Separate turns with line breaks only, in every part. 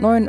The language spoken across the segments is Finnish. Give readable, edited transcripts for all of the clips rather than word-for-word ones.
Noin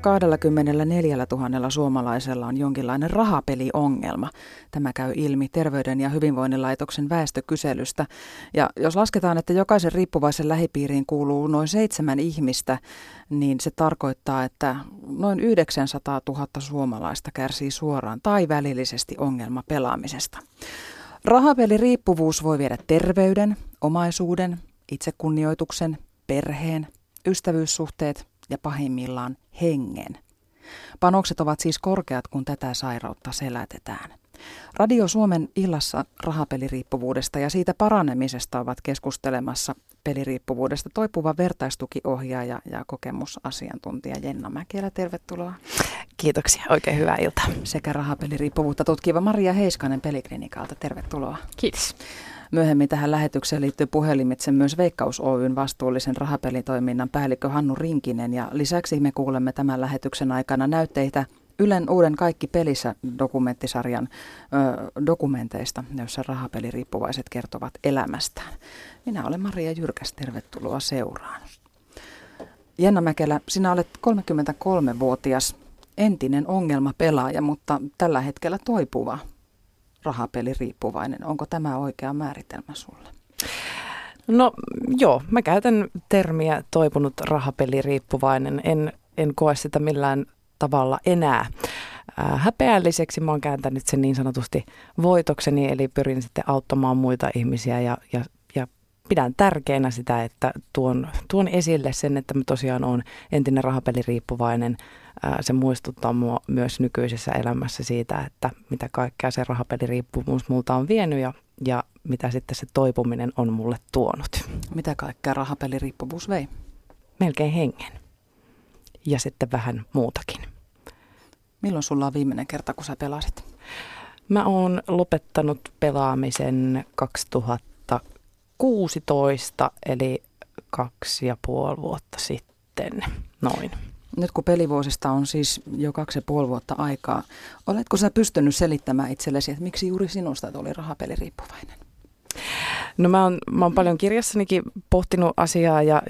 124 000 suomalaisella on jonkinlainen rahapeliongelma. Tämä käy ilmi Terveyden ja hyvinvoinnin laitoksen väestökyselystä. Ja jos lasketaan, että jokaisen riippuvaisen lähipiiriin kuuluu noin 7 ihmistä, niin se tarkoittaa, että noin 900 000 suomalaista kärsii suoraan tai välillisesti ongelmapelaamisesta. Rahapeliriippuvuus voi viedä terveyden, omaisuuden, itsekunnioituksen, perheen, ystävyyssuhteet ja pahimmillaan hengen. Panokset ovat siis korkeat, kun tätä sairautta selätetään. Radio Suomen illassa rahapeliriippuvuudesta ja siitä paranemisesta ovat keskustelemassa peliriippuvuudesta toipuva vertaistukiohjaaja ja kokemusasiantuntija Jenna Mäkelä. Tervetuloa.
Kiitoksia, oikein hyvää iltaa.
Sekä rahapeliriippuvuutta tutkiva Maria Heiskanen Peliklinikalta. Tervetuloa.
Kiitos.
Myöhemmin tähän lähetykseen liittyy puhelimitse myös Veikkaus Oyn vastuullisen rahapelitoiminnan päällikkö Hannu Rinkinen. Ja lisäksi me kuulemme tämän lähetyksen aikana näytteitä Ylen uuden Kaikki pelissä -dokumenttisarjan dokumenteista, joissa rahapeliriippuvaiset kertovat elämästään. Minä olen Maria Jyrkäs, tervetuloa seuraan. Jenna Mäkelä, sinä olet 33-vuotias entinen ongelmapelaaja, mutta tällä hetkellä toipuva rahapeliriippuvainen. Onko tämä oikea määritelmä sulle?
No joo, mä käytän termiä toipunut rahapeliriippuvainen. En koe sitä millään tavalla enää häpeälliseksi. Mä oon kääntänyt sen niin sanotusti voitokseni, eli pyrin sitten auttamaan muita ihmisiä ja pidän tärkeänä sitä, että tuon esille sen, että mä tosiaan oon entinen rahapeliriippuvainen. Se muistuttaa mua myös nykyisessä elämässä siitä, että mitä kaikkea se rahapeliriippuvuus multa on vienyt ja mitä sitten se toipuminen on mulle tuonut.
Mitä kaikkea rahapeliriippuvuus vei?
Melkein hengen ja sitten vähän muutakin.
Milloin sulla on viimeinen kerta, kun sä pelasit?
Mä oon lopettanut pelaamisen 2016, eli 2,5 vuotta sitten, noin.
Nyt kun pelivuosista on siis jo 2,5 vuotta aikaa, oletko sä pystynyt selittämään itsellesi, että miksi juuri sinusta tuli rahapeliriippuvainen?
No mä oon paljon kirjassanikin pohtinut asiaa ja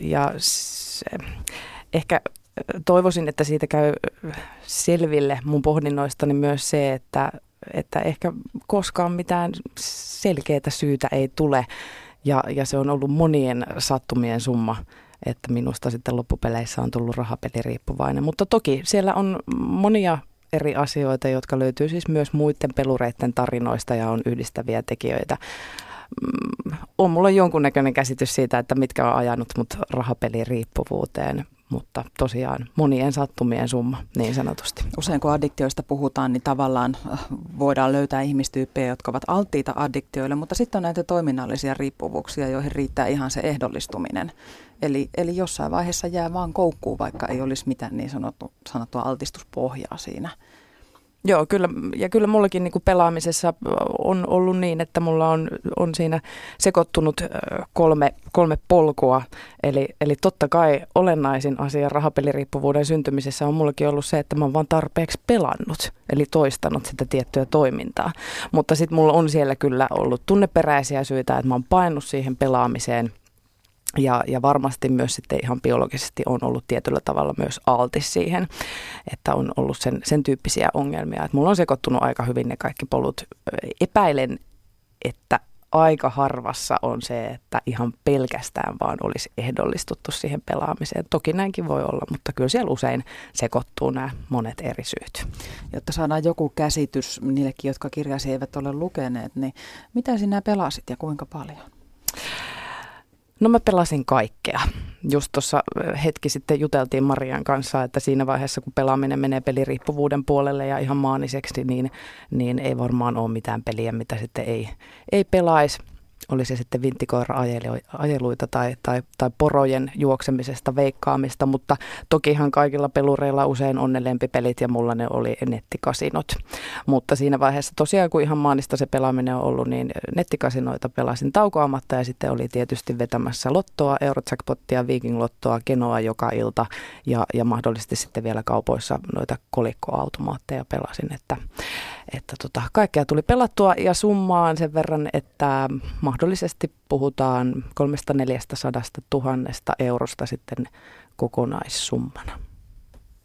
ehkä toivoisin, että siitä käy selville mun pohdinnoistani myös se, että ehkä koskaan mitään selkeää syytä ei tule ja se on ollut monien sattumien summa, että minusta sitten loppupeleissä on tullut rahapeliriippuvainen. Mutta toki siellä on monia eri asioita, jotka löytyy siis myös muiden pelureiden tarinoista ja on yhdistäviä tekijöitä. On mulla jonkunnäköinen käsitys siitä, että mitkä on ajanut mut rahapeliriippuvuuteen, mutta tosiaan monien sattumien summa niin sanotusti.
Usein kun addiktioista puhutaan, niin tavallaan voidaan löytää ihmistyyppejä, jotka ovat alttiita addiktioille, mutta sitten on näitä toiminnallisia riippuvuuksia, joihin riittää ihan se ehdollistuminen. Eli jossain vaiheessa jää vaan koukkuun, vaikka ei olisi mitään niin sanottua altistuspohjaa siinä.
Joo, kyllä mullakin niin kuin pelaamisessa on ollut niin, että mulla on siinä sekoittunut kolme polkua. Eli totta kai olennaisin asia rahapeliriippuvuuden syntymisessä on mullakin ollut se, että mä oon vaan tarpeeksi pelannut, eli toistanut sitä tiettyä toimintaa. Mutta sitten mulla on siellä kyllä ollut tunneperäisiä syitä, että mä oon painut siihen pelaamiseen. Ja varmasti myös sitten ihan biologisesti on ollut tietyllä tavalla myös altis siihen, että on ollut sen tyyppisiä ongelmia. Että mulla on sekoittunut aika hyvin ne kaikki polut. Epäilen, että aika harvassa on se, että ihan pelkästään vaan olisi ehdollistuttu siihen pelaamiseen. Toki näinkin voi olla, mutta kyllä siellä usein sekoittuu nämä monet eri syyt.
Jotta saadaan joku käsitys niillekin, jotka kirjasi eivät ole lukeneet, niin mitä sinä pelasit ja kuinka paljon?
No mä pelasin kaikkea. Just tuossa hetki sitten juteltiin Marian kanssa, että siinä vaiheessa kun pelaaminen menee peliriippuvuuden puolelle ja ihan maaniseksi, niin ei varmaan ole mitään peliä, mitä sitten ei pelaisi. Oli se sitten vinttikoira-ajeluita tai porojen juoksemisesta, veikkaamista, mutta tokihan kaikilla pelureilla usein on ne lempipelit ja mulla ne oli nettikasinot. Mutta siinä vaiheessa tosiaan, kun ihan maanista se pelaaminen on ollut, niin nettikasinoita pelasin taukoamatta ja sitten oli tietysti vetämässä lottoa, Eurojackpottia, Viking-lottoa, Kenoa joka ilta ja mahdollisesti sitten vielä kaupoissa noita kolikkoautomaatteja pelasin, että kaikkea tuli pelattua ja summaan sen verran, että mahdollisesti puhutaan 300–400 000 eurosta sitten kokonaissummana.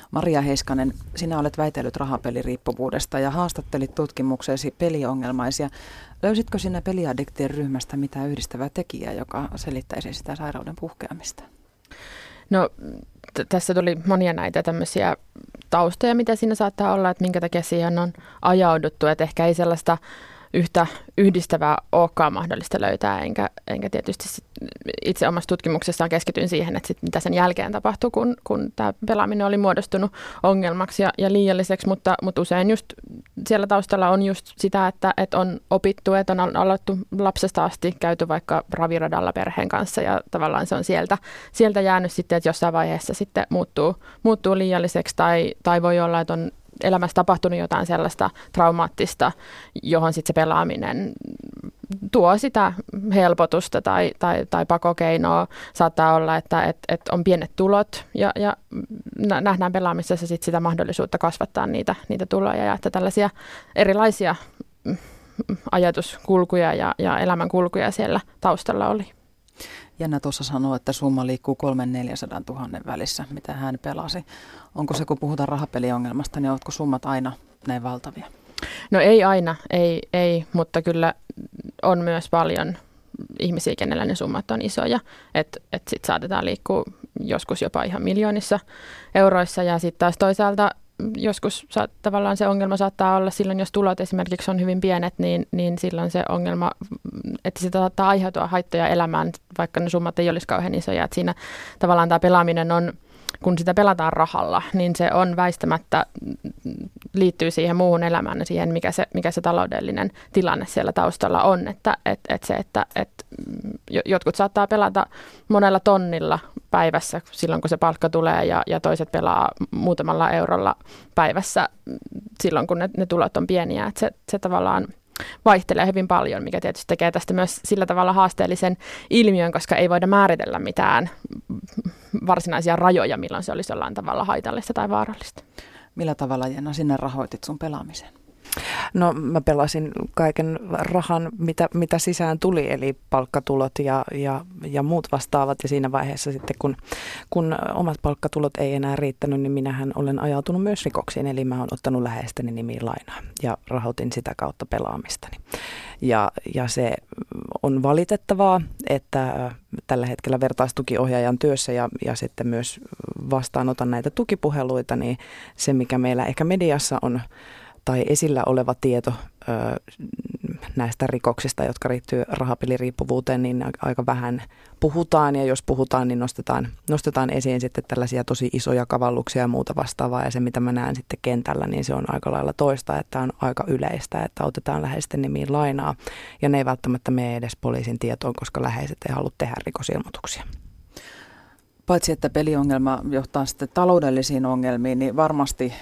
Maria Heiskanen, sinä olet väitellyt rahapeliriippuvuudesta ja haastattelit tutkimukseesi peliongelmaisia. Löysitkö sinä peliaddiktien ryhmästä mitään yhdistävää tekijää, joka selittäisi sitä sairauden puhkeamista?
No tässä tuli monia näitä tämmöisiä taustoja, mitä siinä saattaa olla, että minkä takia siihen on ajauduttu, että ehkä ei sellaista yhtä yhdistävää olekaan mahdollista löytää, enkä tietysti itse omassa tutkimuksessaan keskityin siihen, että mitä sen jälkeen tapahtui, kun tämä pelaaminen oli muodostunut ongelmaksi ja liialliseksi, mutta usein just siellä taustalla on just sitä, että on opittu, että on aloittu lapsesta asti, käyty vaikka raviradalla perheen kanssa ja tavallaan se on sieltä jäänyt sitten, että jossain vaiheessa sitten muuttuu liialliseksi tai voi olla, että on elämässä tapahtunut jotain sellaista traumaattista, johon sitten se pelaaminen tuo sitä helpotusta tai pakokeinoa. Saattaa olla, että on pienet tulot ja nähdään pelaamisessa sit sitä mahdollisuutta kasvattaa niitä tuloja ja että tällaisia erilaisia ajatuskulkuja ja elämänkulkuja siellä taustalla oli.
Jenna tuossa sanoo, että summa liikkuu 300 000–400 000 välissä, mitä hän pelasi. Onko se, kun puhutaan rahapeliongelmasta, niin oletko summat aina näin valtavia?
No ei aina, ei, mutta kyllä on myös paljon ihmisiä, kenellä ne summat on isoja. Että sitten saatetaan liikkua joskus jopa ihan miljoonissa euroissa ja sitten taas toisaalta joskus tavallaan se ongelma saattaa olla silloin, jos tulot esimerkiksi on hyvin pienet, niin silloin se ongelma, että sitä saattaa aiheutua haittoja elämään, vaikka ne summat ei olisi kauhean isoja. Että siinä tavallaan tämä pelaaminen on, kun sitä pelataan rahalla, niin se on väistämättä, liittyy siihen muuhun elämään ja siihen, mikä se taloudellinen tilanne siellä taustalla on. Että jotkut saattaa pelata monella tonnilla päivässä silloin, kun se palkka tulee ja toiset pelaa muutamalla eurolla päivässä silloin, kun ne tulot on pieniä. Että se tavallaan vaihtelee hyvin paljon, mikä tietysti tekee tästä myös sillä tavalla haasteellisen ilmiön, koska ei voida määritellä mitään varsinaisia rajoja, milloin se olisi jollain tavalla haitallista tai vaarallista.
Millä tavalla, Jenna, sinne rahoitit sun pelaamisen?
No mä pelasin kaiken rahan, mitä sisään tuli, eli palkkatulot ja muut vastaavat. Ja siinä vaiheessa sitten, kun omat palkkatulot ei enää riittänyt, niin minähän olen ajautunut myös rikoksiin. Eli mä oon ottanut läheisteni nimiin lainaa ja rahoitin sitä kautta pelaamistani. Ja se on valitettavaa, että tällä hetkellä vertaistukiohjaajan työssä ja sitten myös vastaanotan näitä tukipuheluita, niin se mikä meillä ehkä mediassa on tai esillä oleva tieto näistä rikoksista, jotka liittyy rahapeliriippuvuuteen, niin aika vähän puhutaan. Ja jos puhutaan, niin nostetaan esiin sitten tällaisia tosi isoja kavalluksia ja muuta vastaavaa. Ja se, mitä mä näen sitten kentällä, niin se on aika lailla toista, että on aika yleistä, että otetaan läheisten nimiin lainaa. Ja ne ei välttämättä mene edes poliisin tietoon, koska läheiset ei halua tehdä rikosilmoituksia.
Paitsi, että peliongelma johtaa sitten taloudellisiin ongelmiin, niin varmasti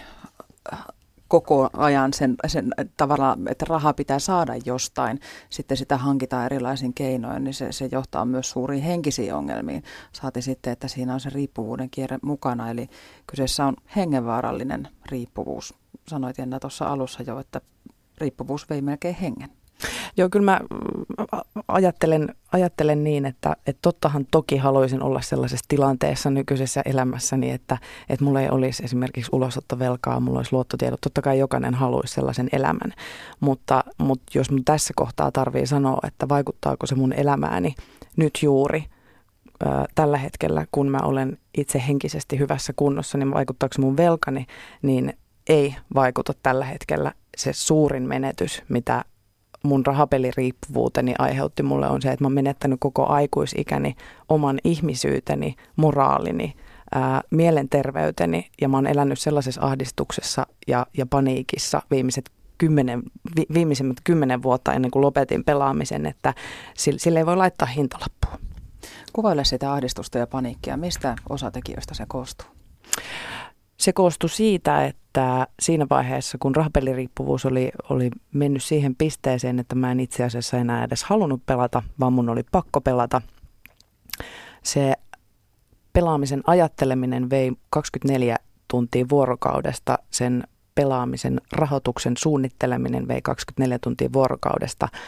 koko ajan sen tavallaan, että rahaa pitää saada jostain, sitten sitä hankitaan erilaisin keinoin, niin se johtaa myös suuriin henkisiin ongelmiin. Saati sitten, että siinä on se riippuvuuden kierre mukana, eli kyseessä on hengenvaarallinen riippuvuus. Sanoit, Jenna, tuossa alussa jo, että riippuvuus vei melkein hengen.
Joo, kyllä mä ajattelen niin, että tottahan toki haluaisin olla sellaisessa tilanteessa nykyisessä elämässäni, että mulla ei olisi esimerkiksi ulosottovelkaa, mulla olisi luottotiedot. Totta kai jokainen haluaisi sellaisen elämän, mutta jos mun tässä kohtaa tarvii sanoa, että vaikuttaako se mun elämääni nyt juuri tällä hetkellä, kun mä olen itse henkisesti hyvässä kunnossa, niin vaikuttaako se mun velkani, niin ei vaikuta tällä hetkellä. Se suurin menetys, mitä mun rahapeliriippuvuuteni aiheutti mulle on se, että mä oon menettänyt koko aikuisikäni, oman ihmisyyteni, moraalini, mielenterveyteni ja mä oon elänyt sellaisessa ahdistuksessa ja paniikissa viimeisimmät 10 vuotta ennen kuin lopetin pelaamisen, että sille ei voi laittaa hintalappua.
Kuvaile sitä ahdistusta ja paniikkia. Mistä osatekijöistä se koostuu?
Se koostui siitä, että siinä vaiheessa, kun rahapeliriippuvuus oli mennyt siihen pisteeseen, että mä en itse asiassa enää edes halunnut pelata, vaan mun oli pakko pelata. Se pelaamisen ajatteleminen vei 24 tuntia vuorokaudesta, sen pelaamisen rahoituksen suunnitteleminen vei 24 tuntia vuorokaudesta.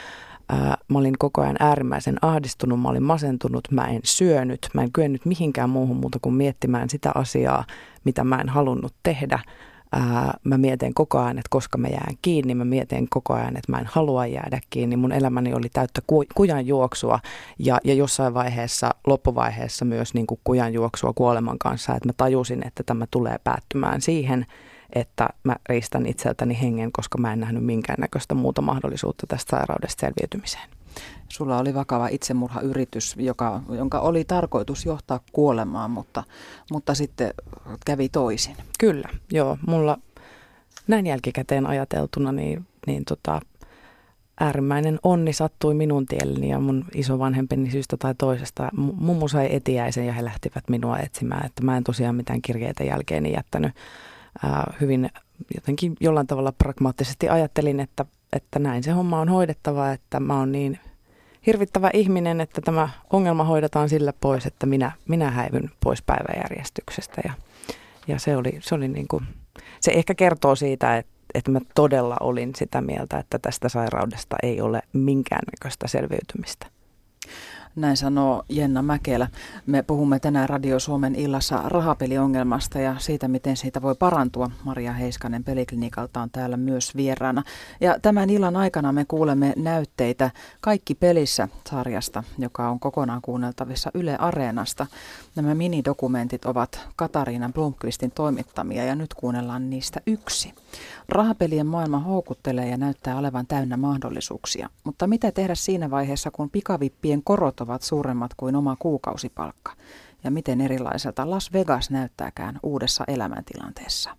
Mä olin koko ajan äärimmäisen ahdistunut, mä olin masentunut, mä en syönyt, mä en kyennyt mihinkään muuhun muuta kuin miettimään sitä asiaa, mitä mä en halunnut tehdä. Mä mietin koko ajan, että koska mä jään kiinni, mä mietin koko ajan, että mä en halua jäädä kiinni. Mun elämäni oli täyttä kujan juoksua ja jossain vaiheessa, loppuvaiheessa myös niin kuin kujan juoksua kuoleman kanssa, että mä tajusin, että tämä tulee päättymään siihen, että mä riistän itseltäni hengen, koska mä en nähnyt minkäännäköistä muuta mahdollisuutta tästä sairaudesta selviytymiseen.
Sulla oli vakava itsemurhayritys, jonka oli tarkoitus johtaa kuolemaan, mutta sitten kävi toisin.
Kyllä, joo. Mulla näin jälkikäteen ajateltuna äärimmäinen onni sattui minun tielleni ja mun isovanhempeni syystä tai toisesta. Mummu sai etiäisen ja he lähtivät minua etsimään, että mä en tosiaan mitään kirjeitä jälkeeni jättänyt. Hyvin jotenkin jollain tavalla pragmaattisesti ajattelin, että näin se homma on hoidettava, että mä oon niin hirvittävä ihminen, että tämä ongelma hoidetaan sillä pois, että minä häivyn pois päiväjärjestyksestä. Ja se oli niin kuin, se ehkä kertoo siitä, että mä todella olin sitä mieltä, että tästä sairaudesta ei ole minkäännäköistä selviytymistä.
Näin sanoo Jenna Mäkelä. Me puhumme tänään Radio Suomen illassa rahapeliongelmasta ja siitä, miten siitä voi parantua. Maria Heiskanen Peliklinikalta on täällä myös vieraana. Ja tämän illan aikana me kuulemme näytteitä Kaikki pelissä -sarjasta, joka on kokonaan kuunneltavissa Yle Areenasta. Nämä minidokumentit ovat Katariina Blomqvistin toimittamia ja nyt kuunnellaan niistä yksi. Rahapelien maailma houkuttelee ja näyttää olevan täynnä mahdollisuuksia. Mutta mitä tehdä siinä vaiheessa, kun pikavippien korot ovat suuremmat kuin oma kuukausipalkka? Ja miten erilaiselta Las Vegas näyttääkään uudessa elämäntilanteessa?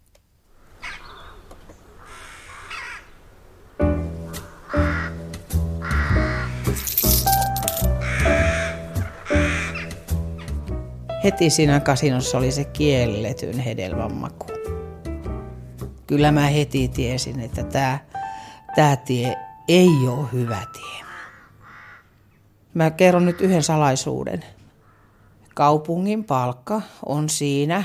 Heti siinä kasinossa oli se kielletyn hedelmän maku. Kyllä mä heti tiesin, että tämä tie ei ole hyvä tie. Mä kerron nyt yhden salaisuuden. Kaupungin palkka on siinä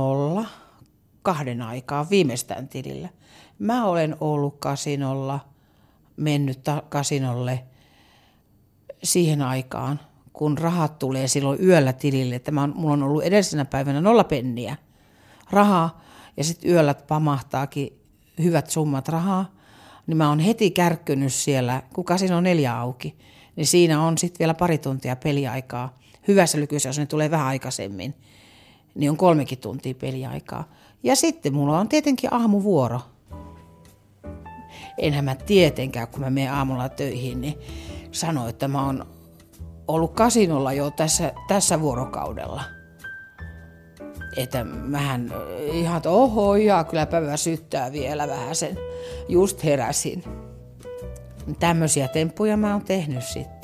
2 aikaa viimeistään tilillä. Mä olen ollut kasinolla, mennyt kasinolle siihen aikaan, kun rahat tulee silloin yöllä tilille. Että mulla on ollut edellisenä päivänä 0 penniä rahaa ja sitten yöllä pamahtaakin hyvät summat rahaa. Niin mä oon heti kärkkynyt siellä, kun kasino on 4 auki. Niin siinä on sitten vielä pari tuntia peliaikaa. Hyvässä lykyssä, jos ne tulee vähän aikaisemmin, niin on 3 tuntia peliaikaa. Ja sitten mulla on tietenkin aamuvuoro. Enhän mä tietenkään, kun mä menen aamulla töihin, niin sano, että mä oon ollut kasinolla jo tässä vuorokaudella. Että mähän ihan, että kylläpä väsyttää vielä vähän sen. Just heräsin. Tämmöisiä temppuja mä oon tehnyt sitten.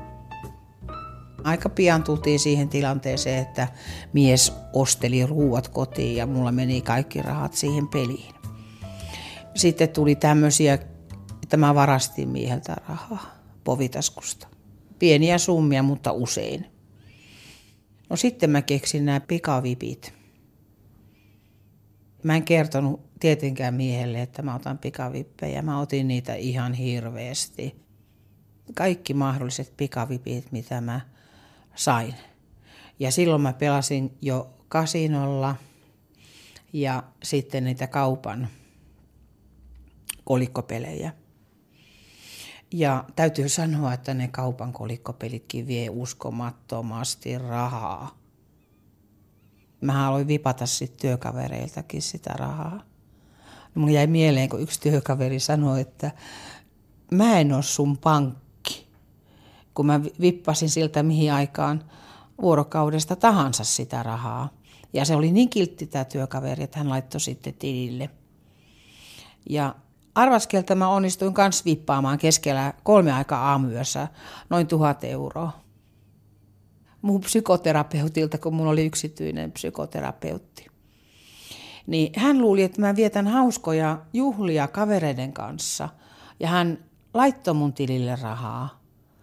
Aika pian tultiin siihen tilanteeseen, että mies osteli ruuat kotiin ja mulla meni kaikki rahat siihen peliin. Sitten tuli tämmöisiä, että mä varastin mieheltä rahaa povitaskusta. Pieniä summia, mutta usein. No sitten mä keksin nämä pikavipit. Mä en kertonut tietenkään miehelle, että mä otan pikavippejä. Mä otin niitä ihan hirveästi. Kaikki mahdolliset pikavipit, mitä mä sain. Ja silloin mä pelasin jo kasinolla ja sitten niitä kaupan kolikkopelejä. Ja täytyy sanoa, että ne kaupan kolikkopelitkin vie uskomattomasti rahaa. Mä aloin vipata sitten työkavereiltakin sitä rahaa. Mulla jäi mieleen, kun yksi työkaveri sanoi, että mä en ole sun pankki. Kun mä vippasin siltä mihin aikaan vuorokaudesta tahansa sitä rahaa. Ja se oli niin kiltti tämä työkaveri, että hän laittoi sitten tilille. Ja arvaskelta mä onnistuin kans vippaamaan keskellä 3 aikaa aamuyössä noin 1 000 euroa. Mun psykoterapeutilta, kun mulla oli yksityinen psykoterapeutti. Niin hän luuli, että mä vietän hauskoja juhlia kavereiden kanssa. Ja hän laittoi mun tilille rahaa.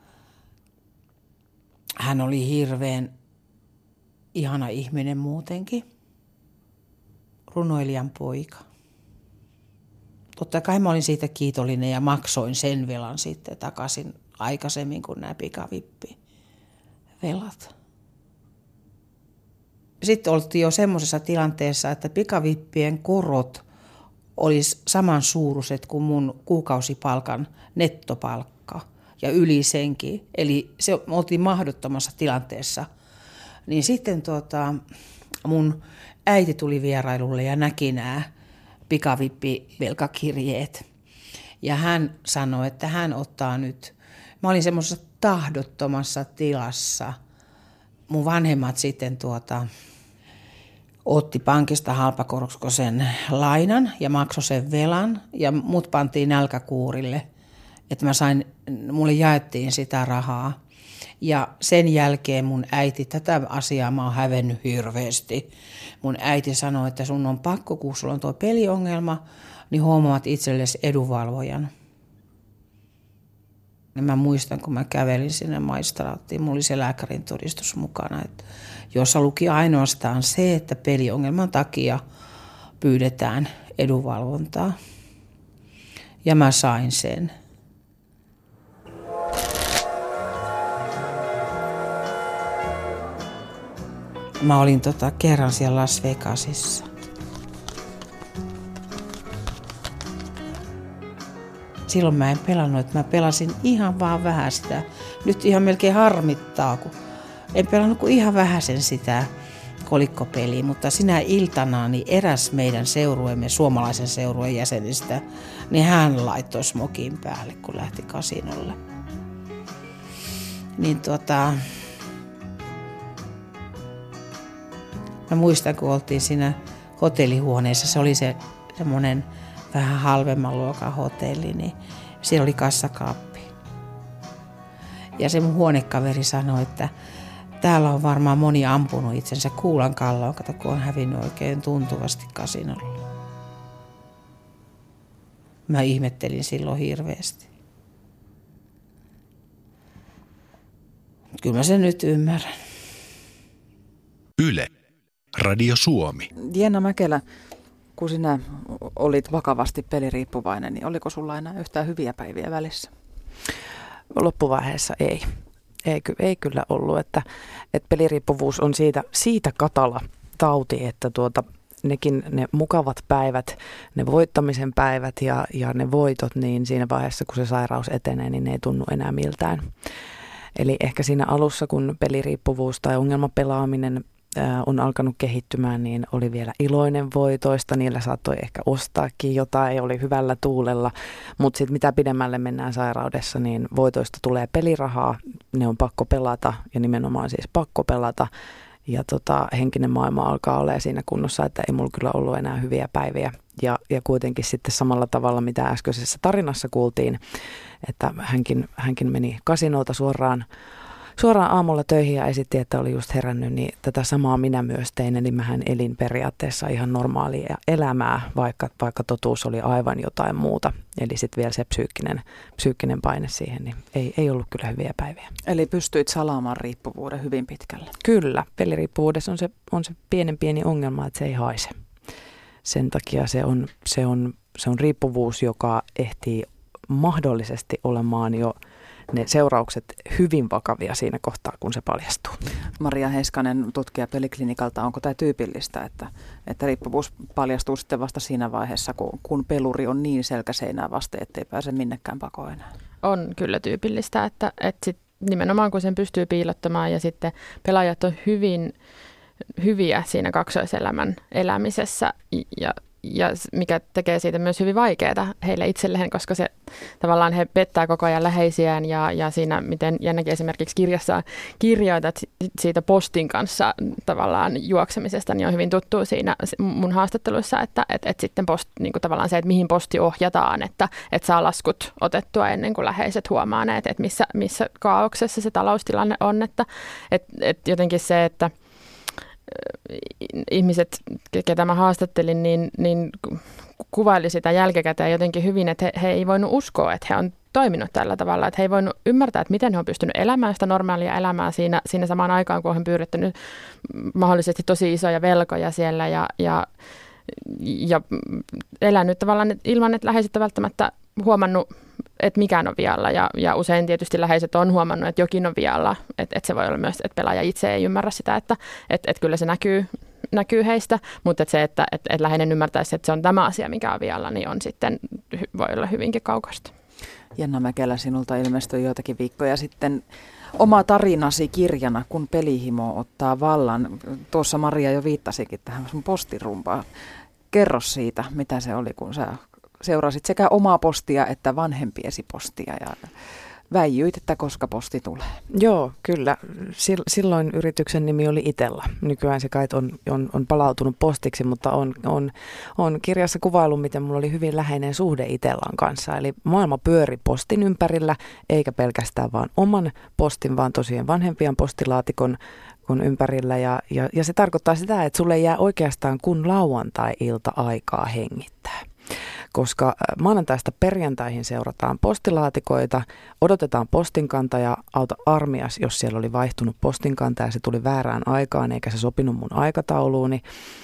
Hän oli hirveän ihana ihminen muutenkin. Runoilijan poika. Totta kai mä olin siitä kiitollinen ja maksoin sen velan sitten takaisin aikaisemmin kuin nämä pikavippivelat. Sitten oltiin jo semmoisessa tilanteessa, että pikavippien korot olisi samansuuruiset kuin mun kuukausipalkan nettopalkka ja yli senkin. Eli me oltiin mahdottomassa tilanteessa. Niin sitten mun äiti tuli vierailulle ja näki nämä pikavippivelkakirjeet. Ja hän sanoi, että hän ottaa nyt, mä olin semmoisessa tahdottomassa tilassa. Mun vanhemmat sitten otti pankista halpakorkoisen lainan ja maksoi sen velan ja mut pantiin nälkäkuurille, että mulle jaettiin sitä rahaa. Ja sen jälkeen mun äiti, tätä asiaa mä oon hävennyt hirveästi. Mun äiti sanoi, että sun on pakko, kun sulla on tuo peliongelma, niin huomaat itsellesi edunvalvojan. Ja mä muistan, kun mä kävelin sinne maistraattiin, mulla oli se lääkärin todistus mukana, että jossa luki ainoastaan se, että peliongelman takia pyydetään edunvalvontaa. Ja mä sain sen. Mä olin kerran siellä Las Vegasissa. Silloin mä en pelannut, että mä pelasin ihan vaan vähän sitä. Nyt ihan melkein harmittaa, kun en pelannut kuin ihan vähäsen sitä kolikkopeliä. Mutta sinä iltana niin eräs meidän seurueemme, suomalaisen seurueen jäsenistä, niin hän laittoi smokin päälle, kun lähti kasinolle. Niin mä muistan, kun oltiin siinä hotellihuoneessa, se oli semmoinen vähän halvemman luokan hotelli, niin siellä oli kassakaappi. Ja se mun huonekaveri sanoi, että täällä on varmaan moni ampunut itsensä kuulankalloon, kato kun on hävinnyt oikein tuntuvasti kasinolla. Mä ihmettelin silloin hirveästi. Kyllä mä sen nyt ymmärrän.
Yle. Radio Suomi.
Jenna Mäkelä, kun sinä olit vakavasti peliriippuvainen, niin oliko sulla enää yhtään hyviä päiviä välissä?
Loppuvaiheessa ei. Ei kyllä ollut, että peliriippuvuus on siitä katala tauti, että ne mukavat päivät, ne voittamisen päivät ja ne voitot, niin siinä vaiheessa kun se sairaus etenee, niin ne ei tunnu enää miltään. Eli ehkä siinä alussa, kun peliriippuvuus tai ongelmapelaaminen on alkanut kehittymään, niin oli vielä iloinen voitoista. Niillä saattoi ehkä ostaakin jotain, oli hyvällä tuulella. Mutta sitten mitä pidemmälle mennään sairaudessa, niin voitoista tulee pelirahaa. Ne on pakko pelata ja nimenomaan siis pakko pelata. Ja henkinen maailma alkaa olla siinä kunnossa, että ei mulla kyllä ollut enää hyviä päiviä. Ja kuitenkin sitten samalla tavalla, mitä äskeisessä tarinassa kuultiin, että hänkin meni kasinolta suoraan aamulla töihin ja esitti, että oli just herännyt, niin tätä samaa minä myös tein. Eli mähän elin periaatteessa ihan normaalia elämää, vaikka totuus oli aivan jotain muuta. Eli sitten vielä se psyykkinen paine siihen, niin ei ollut kyllä hyviä päiviä.
Eli pystyit salaamaan riippuvuuden hyvin pitkälle?
Kyllä. Peliriippuvuudessa on se pieni ongelma, että se ei haise. Sen takia se on riippuvuus, joka ehtii mahdollisesti olemaan jo ne seuraukset hyvin vakavia siinä kohtaa, kun se paljastuu.
Maria Heiskanen, tutkija Peliklinikalta, onko tämä tyypillistä, että riippuvuus paljastuu sitten vasta siinä vaiheessa, kun peluri on niin selkäseinää vasten, ettei pääse minnekään pakoon enää?
On kyllä tyypillistä, että sit nimenomaan kun sen pystyy piilottamaan ja sitten pelaajat on hyvin hyviä siinä kaksoiselämän elämisessä ja mikä tekee siitä myös hyvin vaikeaa heille itselleen, koska se tavallaan he pettää koko ajan läheisiään ja siinä, miten Jennakin esimerkiksi kirjassa kirjoitat siitä postin kanssa tavallaan juoksemisesta, niin on hyvin tuttu siinä mun haastatteluissa, että sitten niin kuin tavallaan se, että mihin posti ohjataan, että saa laskut otettua ennen kuin läheiset huomaaneet, että missä kaauksessa se taloustilanne on, että jotenkin se, että ihmiset, ketä mä haastattelin, niin kuvaili sitä jälkikäteen jotenkin hyvin, että he ei voinut uskoa, että he on toiminut tällä tavalla, että he ei voinut ymmärtää, että miten he on pystynyt elämään sitä normaalia elämää siinä samaan aikaan, kun he on pyörittänyt mahdollisesti tosi isoja velkoja siellä ja elänyt tavallaan ilman, että läheiset on välttämättä huomannut että mikään on vialla ja usein tietysti läheiset on huomannut, että jokin on vialla, että se voi olla myös, että pelaaja itse ei ymmärrä sitä, että kyllä se näkyy heistä, mutta että läheinen ymmärtäisi, että se on tämä asia, mikä on vialla, niin on sitten, voi olla hyvinkin kaukasta.
Jenna Mäkelä, sinulta ilmestyi joitakin viikkoja sitten oma tarinasi kirjana, kun pelihimo ottaa vallan. Tuossa Maria jo viittasikin tähän sun postirumpaan. Kerro siitä, mitä se oli, kun sä seurasit sekä omaa postia että vanhempiesi postia ja väijyit, että koska posti tulee.
Joo, kyllä. Silloin yrityksen nimi oli Itella. Nykyään se kai on palautunut postiksi, mutta on kirjassa kuvailu, miten mulla oli hyvin läheinen suhde Itellan kanssa. Eli maailma pyöri postin ympärillä, eikä pelkästään vaan oman postin, vaan tosiaan vanhempien postilaatikon ympärillä. Ja se tarkoittaa sitä, että sulle jää oikeastaan kun lauantai-ilta aikaa hengittää. Koska maanantaista perjantaihin seurataan postilaatikoita, odotetaan postinkantaja, auta armias, jos siellä oli vaihtunut postinkantaja, se tuli väärään aikaan eikä se sopinut mun aikatauluuni.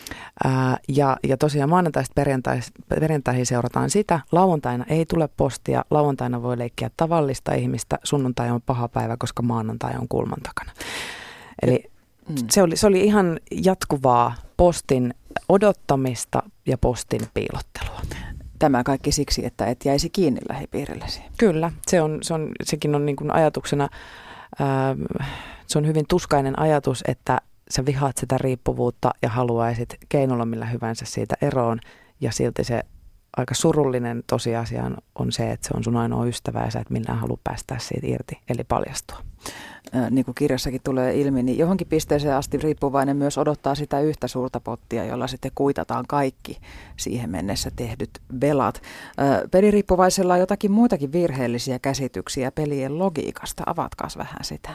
Ja tosiaan maanantaista perjantaihin seurataan sitä, lauantaina ei tule postia, lauantaina voi leikkiä tavallista ihmistä, sunnuntai on paha päivä, koska maanantai on kulman takana. Eli se oli ihan jatkuvaa postin odottamista ja postin piilottelua.
Tämä kaikki siksi, että et jäisi kiinni lähipiirillesi.
Kyllä, sekin on niin kuin ajatuksena, se on hyvin tuskainen ajatus, että sä vihaat sitä riippuvuutta ja haluaisit keinolla millä hyvänsä siitä eroon. Ja silti se aika surullinen tosiasia on se, että se on sun ainoa ystävä ja sä et millään halua päästää siitä irti, eli paljastua.
Niin kuin kirjassakin tulee ilmi, niin johonkin pisteeseen asti riippuvainen myös odottaa sitä yhtä suurta pottia, jolla sitten kuitataan kaikki siihen mennessä tehdyt velat. Peliriippuvaisella on jotakin muitakin virheellisiä käsityksiä pelien logiikasta. Avatkaas vähän sitä.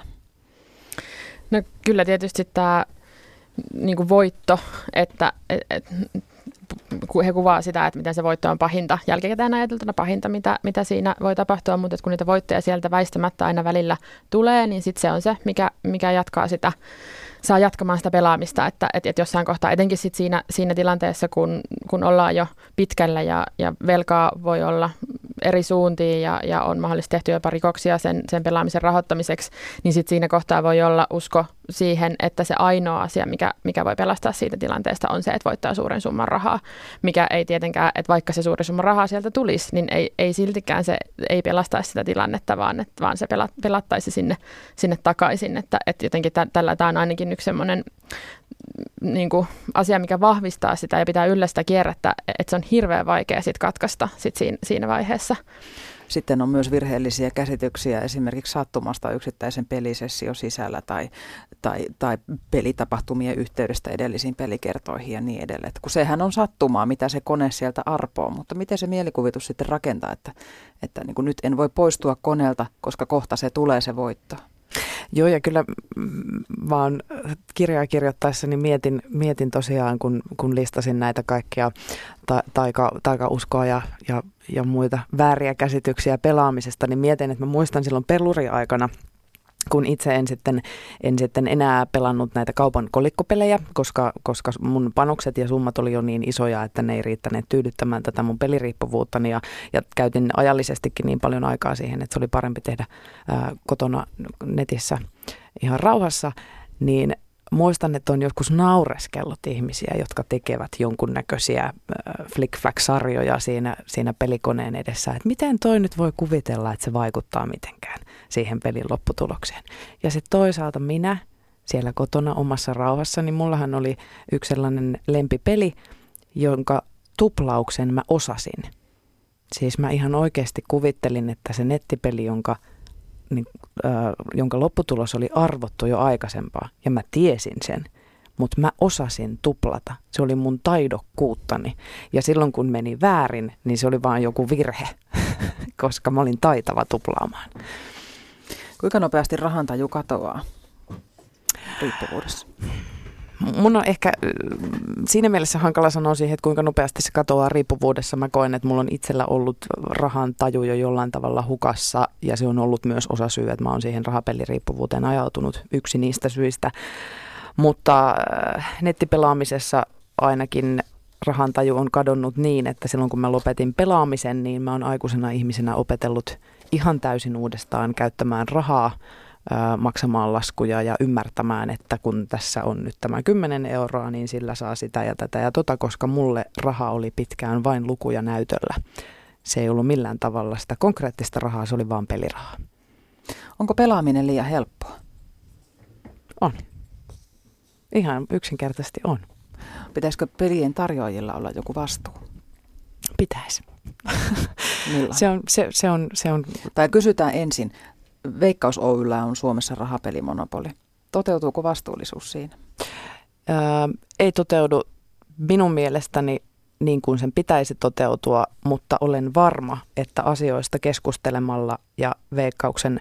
No kyllä tietysti tämä niin kuin voitto, että he kuvaa sitä, että miten se voitto on pahinta, jälkikäteen ajateltuna pahinta, mitä siinä voi tapahtua, mutta kun niitä voittoja sieltä väistämättä aina välillä tulee, niin sitten se on se, mikä jatkaa sitä, saa jatkamaan sitä pelaamista, että jossain kohtaa, etenkin sit siinä tilanteessa, kun ollaan jo pitkällä ja velkaa voi olla eri suuntiin ja on mahdollisesti tehty jopa rikoksia sen pelaamisen rahoittamiseksi, niin sitten siinä kohtaa voi olla usko siihen, että se ainoa asia, mikä voi pelastaa siitä tilanteesta, on se, että voittaa suuren summan rahaa, mikä ei tietenkään, että vaikka se suuri summa rahaa sieltä tulisi, niin ei siltikään se ei pelastaisi sitä tilannetta, vaan se pelattaisi sinne takaisin, että jotenkin tämä on ainakin yksi semmoinen niin kuin asia, mikä vahvistaa sitä ja pitää yllä sitä kierrettä, että se on hirveän vaikea sit katkaista siinä vaiheessa.
Sitten on myös virheellisiä käsityksiä esimerkiksi sattumasta yksittäisen pelisession sisällä tai pelitapahtumien yhteydestä edellisiin pelikertoihin ja niin edelleen. Kun sehän on sattumaa, mitä se kone sieltä arpoo, mutta miten se mielikuvitus sitten rakentaa, että niin kuin nyt en voi poistua koneelta, koska kohta se tulee se voitto.
Joo, ja kyllä vaan kirjaa kirjoittaessani mietin tosiaan, kun listasin näitä kaikkia taikauskoa ja muita vääriä käsityksiä pelaamisesta, niin mietin, että mä muistan silloin peluriaikana, kun itse en sitten enää pelannut näitä kaupan kolikkopelejä, koska mun panokset ja summat oli jo niin isoja, että ne ei riittäneet tyydyttämään tätä mun peliriippuvuuttani ja käytin ajallisestikin niin paljon aikaa siihen, että se oli parempi tehdä kotona netissä ihan rauhassa, niin muistan, että on joskus naureskellut ihmisiä, jotka tekevät jonkunnäköisiä flick-flack-sarjoja siinä pelikoneen edessä, että miten toi nyt voi kuvitella, että se vaikuttaa mitenkään siihen pelin lopputulokseen. Ja sitten toisaalta minä siellä kotona omassa rauhassa, niin mullahan oli yksi sellainen lempipeli, jonka tuplauksen mä osasin. Siis mä ihan oikeasti kuvittelin, että se nettipeli, jonka lopputulos oli arvottu jo aikaisempaa, ja mä tiesin sen, mutta mä osasin tuplata. Se oli mun taidokkuuttani. Ja silloin kun meni väärin, niin se oli vaan joku virhe, koska mä olin taitava tuplaamaan.
Kuinka nopeasti rahantaju katoaa riippuvuudessa?
Mun on ehkä siinä mielessä hankala sanoa siihen, että kuinka nopeasti se katoaa riippuvuudessa. Mä koen, että mulla on itsellä ollut rahan taju jo jollain tavalla hukassa ja se on ollut myös osa syy, että mä oon siihen rahapeliriippuvuuteen ajautunut, yksi niistä syistä. Mutta nettipelaamisessa ainakin rahantaju on kadonnut niin, että silloin kun mä lopetin pelaamisen, niin mä oon aikuisena ihmisenä opetellut ihan täysin uudestaan käyttämään rahaa, maksamaan laskuja ja ymmärtämään, että kun tässä on nyt tämä 10 euroa, niin sillä saa sitä ja tätä ja tota, koska mulle raha oli pitkään vain lukuja näytöllä. Se ei ollut millään tavalla sitä konkreettista rahaa, se oli vaan pelirahaa.
Onko pelaaminen liian helppoa?
On. Ihan yksinkertaisesti on.
Pitäisikö pelien tarjoajilla olla joku vastuu?
Pitäisi. Se on.
Tai kysytään ensin. Veikkaus Oy:llä on Suomessa rahapelimonopoli. Toteutuuko vastuullisuus siinä?
Ei toteudu minun mielestäni niin kuin sen pitäisi toteutua, mutta olen varma, että asioista keskustelemalla ja Veikkauksen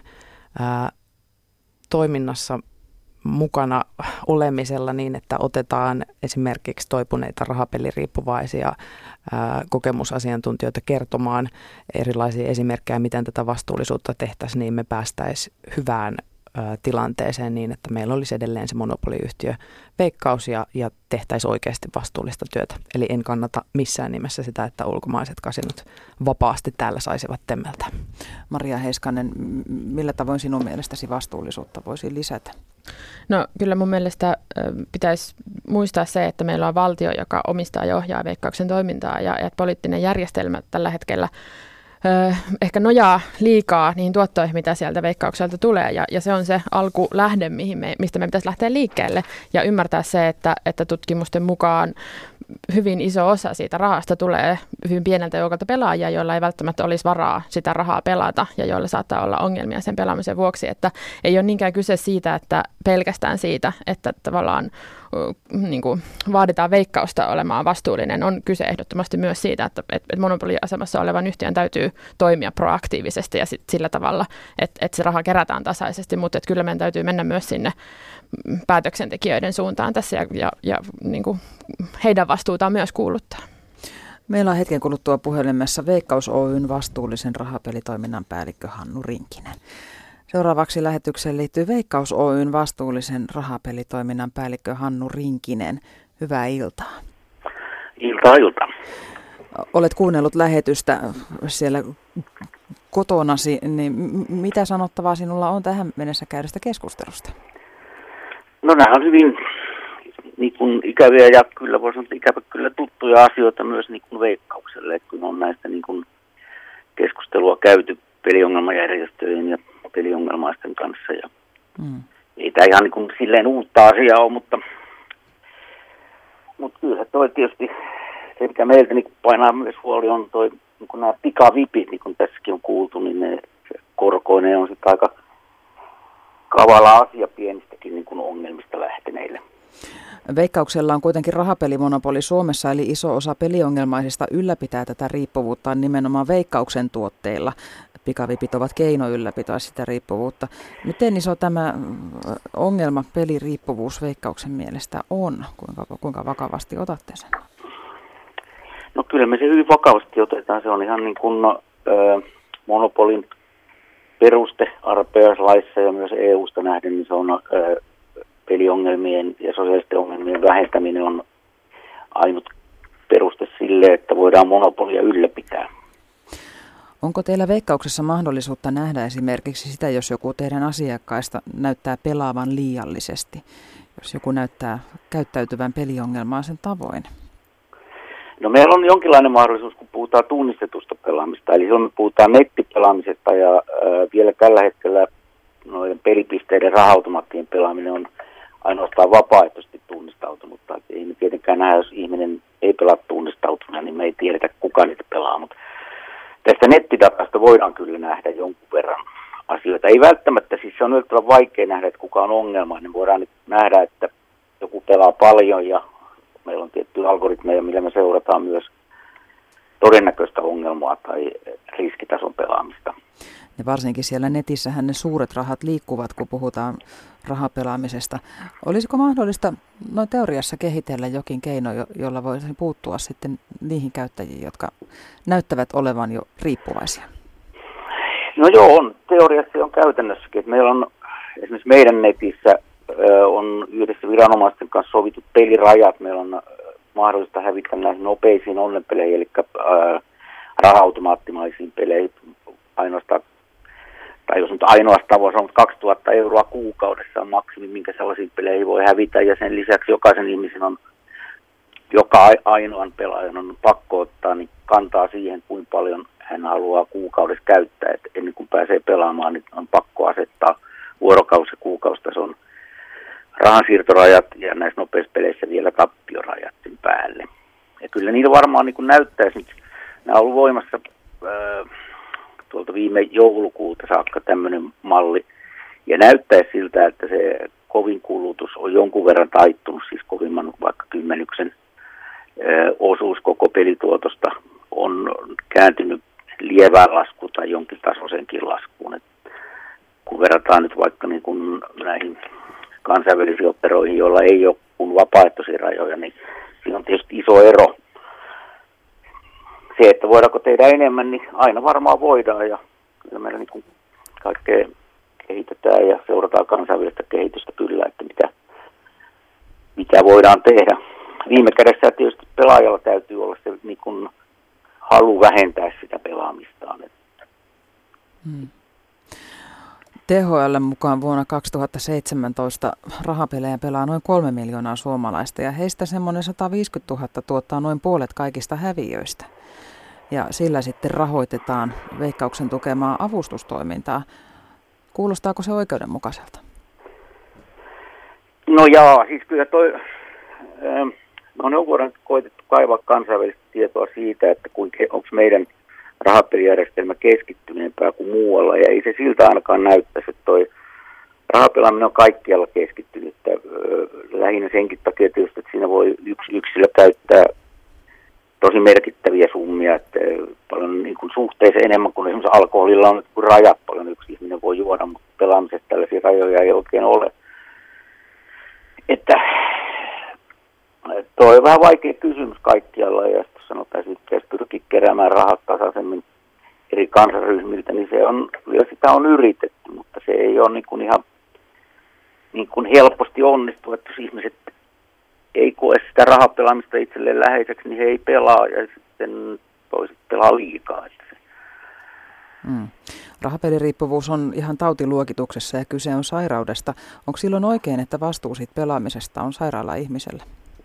toiminnassa mukana olemisella niin, että otetaan esimerkiksi toipuneita rahapeliriippuvaisia kokemusasiantuntijoita kertomaan erilaisia esimerkkejä, miten tätä vastuullisuutta tehtäisiin, niin me päästäisiin hyvään tilanteeseen niin, että meillä olisi edelleen se monopoliyhtiö Veikkaus ja tehtäisiin oikeasti vastuullista työtä. Eli en kannata missään nimessä sitä, että ulkomaiset kasinot vapaasti täällä saisivat temmeltä.
Maria Heiskanen, millä tavoin sinun mielestäsi vastuullisuutta voisi lisätä?
No kyllä mun mielestä pitäisi muistaa se, että meillä on valtio, joka omistaa ja ohjaa Veikkauksen toimintaa ja että poliittinen järjestelmä tällä hetkellä ehkä nojaa liikaa niihin tuottoihin, mitä sieltä Veikkaukselta tulee. Ja se on se alkulähde, mistä me pitäisi lähteä liikkeelle ja ymmärtää se, että tutkimusten mukaan hyvin iso osa siitä rahasta tulee hyvin pieneltä joukolta pelaajia, joilla ei välttämättä olisi varaa sitä rahaa pelata ja joilla saattaa olla ongelmia sen pelaamisen vuoksi. Että ei ole niinkään kyse siitä, että pelkästään siitä, että tavallaan niin kuin vaaditaan Veikkausta olemaan vastuullinen. On kyse ehdottomasti myös siitä, että monopoliasemassa olevan yhtiön täytyy toimia proaktiivisesti ja sillä tavalla, että se raha kerätään tasaisesti, mutta kyllä meidän täytyy mennä myös sinne päätöksentekijöiden suuntaan tässä ja niin kuin heidän vastuutaan myös kuuluttaa.
Meillä on hetken kuluttua puhelimessa Veikkaus Oyn vastuullisen rahapelitoiminnan päällikkö Hannu Rinkinen. Seuraavaksi lähetykseen liittyy Veikkaus Oyn vastuullisen rahapelitoiminnan päällikkö Hannu Rinkinen. Hyvää iltaa.
Iltaa.
Olet kuunnellut lähetystä siellä kotonasi, niin mitä sanottavaa sinulla on tähän mennessä käydystä keskustelusta?
No nämä on hyvin niin kuin ikäviä ja kyllä voisi sanoa, ikävä kyllä tuttuja asioita myös niin kuin Veikkaukselle, että kun on näistä niin kuin keskustelua käyty peliongelmajärjestöjen ja peliongelmaisten kanssa ja ei tämä ihan niin kuin silleen uutta asiaa ole, mutta kyllä toi tietysti se, mikä meiltä niin painaa myös huoli on toi, niin kuin nämä pikavipit, niin kuin tässäkin on kuultu, niin ne korkoineen on sitten aika kavala asia pienistäkin niin kuin ongelmista lähteneille.
Veikkauksella on kuitenkin rahapelimonopoli Suomessa, eli iso osa peliongelmaisista ylläpitää tätä riippuvuuttaan nimenomaan Veikkauksen tuotteilla. Pikavipit ovat keino ylläpitää sitä riippuvuutta. Miten iso tämä ongelma, peliriippuvuus Veikkauksen mielestä on? Kuinka vakavasti otatte sen?
No kyllä me se hyvin vakavasti otetaan. Se on ihan niin kuin monopolin peruste arpajaislaissa ja myös EUsta nähden, niin se on peliongelmien ja sosiaalisten ongelmien vähentäminen on ainut peruste sille, että voidaan monopolia ylläpitää.
Onko teillä Veikkauksessa mahdollisuutta nähdä esimerkiksi sitä, jos joku teidän asiakkaista näyttää pelaavan liiallisesti, jos joku näyttää käyttäytyvän peliongelmaisen tavoin?
No meillä on jonkinlainen mahdollisuus, kun puhutaan tunnistetusta pelaamista, eli silloin me puhutaan nettipelaamisesta ja vielä tällä hetkellä noiden pelipisteiden raha-automaattien pelaaminen on ainoastaan vapaaehtoisesti tunnistautunutta. Ei me tietenkään nähdä, jos ihminen ei pelaa tunnistautuna, niin me ei tiedetä, kuka niitä pelaa, mutta tästä nettidatasta voidaan kyllä nähdä jonkun verran asioita. Ei välttämättä, siis se on yllättävän vaikea nähdä, että kuka on ongelmainen. Voidaan nyt nähdä, että joku pelaa paljon ja meillä on tiettyjä algoritmeja, millä me seurataan myös todennäköistä ongelmaa tai riskitason pelaamista.
Ja varsinkin siellä netissähän ne suuret rahat liikkuvat, kun puhutaan rahapelaamisesta. Olisiko mahdollista noin teoriassa kehitellä jokin keino, jolla voisi puuttua sitten niihin käyttäjiin, jotka näyttävät olevan jo riippuvaisia?
No joo, on. Teoriassa on käytännössäkin. Että meillä on esimerkiksi meidän netissä on yhdessä viranomaisten kanssa sovitut pelirajat. Meillä on mahdollista hävitä näihin nopeisiin onnenpeleihin, eli raha-automaattimaisiin peleihin ainoastaan, tai jos nyt ainoastaan voi sanoa, 2000 euroa kuukaudessa on maksimi, minkä sellaisiin peleihin voi hävitä, ja sen lisäksi jokaisen ihmisen on, joka ainoan pelaajan on pakko ottaa niin kantaa siihen, kuinka paljon hän haluaa kuukaudessa käyttää, että ennen kuin pääsee pelaamaan, niin on pakko asettaa vuorokausi- ja kuukausitason rahansiirtorajat ja näissä nopeissa peleissä vielä tappiorajat sen päälle. Ja kyllä niillä varmaan niin kuin näyttäisi nyt, nämä on ollut voimassa tuolta viime joulukuulta saakka tämmöinen malli, ja näyttäisi siltä, että se kovin kulutus on jonkun verran taittunut, siis kovimman vaikka 10 osuus koko pelituotosta on kääntynyt lievään laskuun tai jonkin tasoisenkin laskuun. Et kun verrataan nyt vaikka niin kuin näihin kansainvälisiin operoihin, joilla ei ole kuin vapaaehtoisia rajoja, niin siinä on tietysti iso ero. Se, että voidaanko tehdä enemmän, niin aina varmaan voidaan, ja kyllä meillä niin kuin kaikkea kehitetään ja seurataan kansainvälistä kehitystä kyllä, että mitä voidaan tehdä. Viime kädessä tietysti pelaajalla täytyy olla se niin kuin halu vähentää sitä pelaamistaan.
THL mukaan vuonna 2017 rahapelejä pelaa noin 3 miljoonaa suomalaista, ja heistä semmoinen 150 000 tuottaa noin puolet kaikista häviöistä. Ja sillä sitten rahoitetaan Veikkauksen tukemaa avustustoimintaa. Kuulostaako se oikeudenmukaiselta?
No jaa, siis kyllä on vuoden koitettu kaivaa kansainvälistä tietoa siitä, että onko meidän rahapelijärjestelmä keskittyneempää kuin muualla, ja ei se siltä ainakaan näyttäisi, että toi rahapelaaminen on kaikkialla keskittynyt. Lähinnä senkin takia tietysti, että siinä voi yksi yksilö käyttää tosi merkittäviä summia, että paljon niin kuin suhteessa enemmän kuin esimerkiksi alkoholilla on rajat, paljon yksi ihminen voi juoda, mutta pelaamisessa tällaisia rajoja ei oikein ole. Että toi on vähän vaikea kysymys kaikkialla, ja jos sanotaan, että pitäisi pyrkiä keräämään rahat tasaisemmin eri kansanryhmiltä, niin sitä on yritetty, mutta se ei ole niin kuin ihan niin kuin helposti onnistu, että jos ihmiset ei koe sitä rahapelaamista itselleen läheiseksi, niin he ei pelaa, ja sitten toiset pelaa liikaa.
Rahapeliriippuvuus on ihan tautiluokituksessa ja kyse on sairaudesta. Onko silloin oikein, että vastuu siitä pelaamisesta on sairaalla ihmisellä?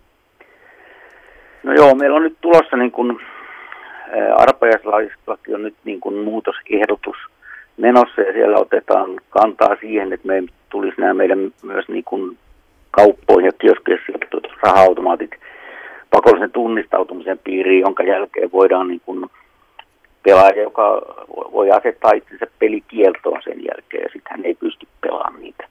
No joo, meillä on nyt tulossa niin kuin arpajaislaki on nyt niin kuin muutosehdotus menossa, ja siellä otetaan kantaa siihen, että me tulisi nämä meidän myös niin kuin kauppoihin ja kioskeissa sijoitetut raha-automaatit pakollisen tunnistautumisen piiriin, jonka jälkeen voidaan niin kuin pelaaja, joka voi asettaa itsensä pelikieltoon sen jälkeen, ja sitten hän ei pysty pelaamaan niitä.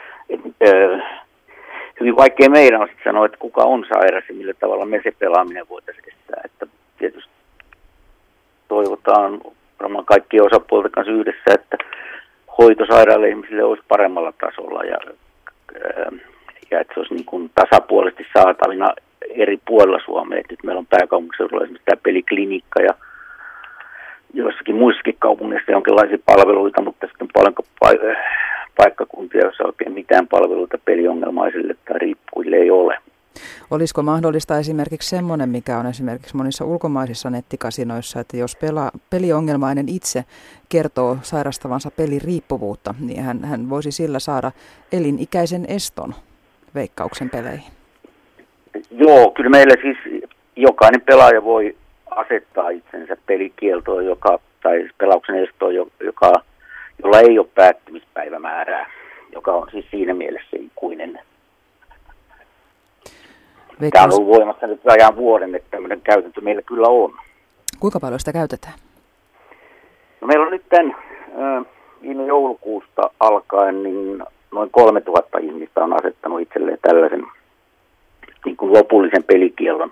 Hyvin vaikea meidän on sitten sanoa, että kuka on sairas ja millä tavalla me se pelaaminen voitaisiin estää. Että tietysti toivotaan varmaan kaikkien osapuolten kanssa yhdessä, että hoito sairaille ihmisille olisi paremmalla tasolla ja että se olisi niin kuin tasapuolisesti saatavina eri puolilla Suomea. Nyt meillä on pääkaupunkiseudulla esimerkiksi tämä peliklinikka ja joissakin muissakin kaupungeissa jonkinlaisia palveluita, mutta sitten on paljon paikkakuntia, joissa oikein mitään palveluita peliongelmaisille tai riippuille ei ole.
Olisiko mahdollista esimerkiksi semmoinen, mikä on esimerkiksi monissa ulkomaisissa nettikasinoissa, että jos peliongelmainen itse kertoo sairastavansa peliriippuvuutta, niin hän voisi sillä saada elinikäisen eston Veikkauksen peleihin?
Joo, kyllä meillä siis jokainen pelaaja voi asettaa itsensä pelikieltoon tai pelauksen estoon, jolla ei ole päättymispäivämäärää, joka on siis siinä mielessä ikuinen. Tämä on ollut voimassa nyt ajan vuoden, että tämmöinen käytäntö meillä kyllä on.
Kuinka paljon sitä käytetään?
No meillä on nyt tämän viime joulukuusta alkaen niin noin 3000 ihmistä on asettanut itselleen tällaisen niin kuin lopullisen pelikiellon.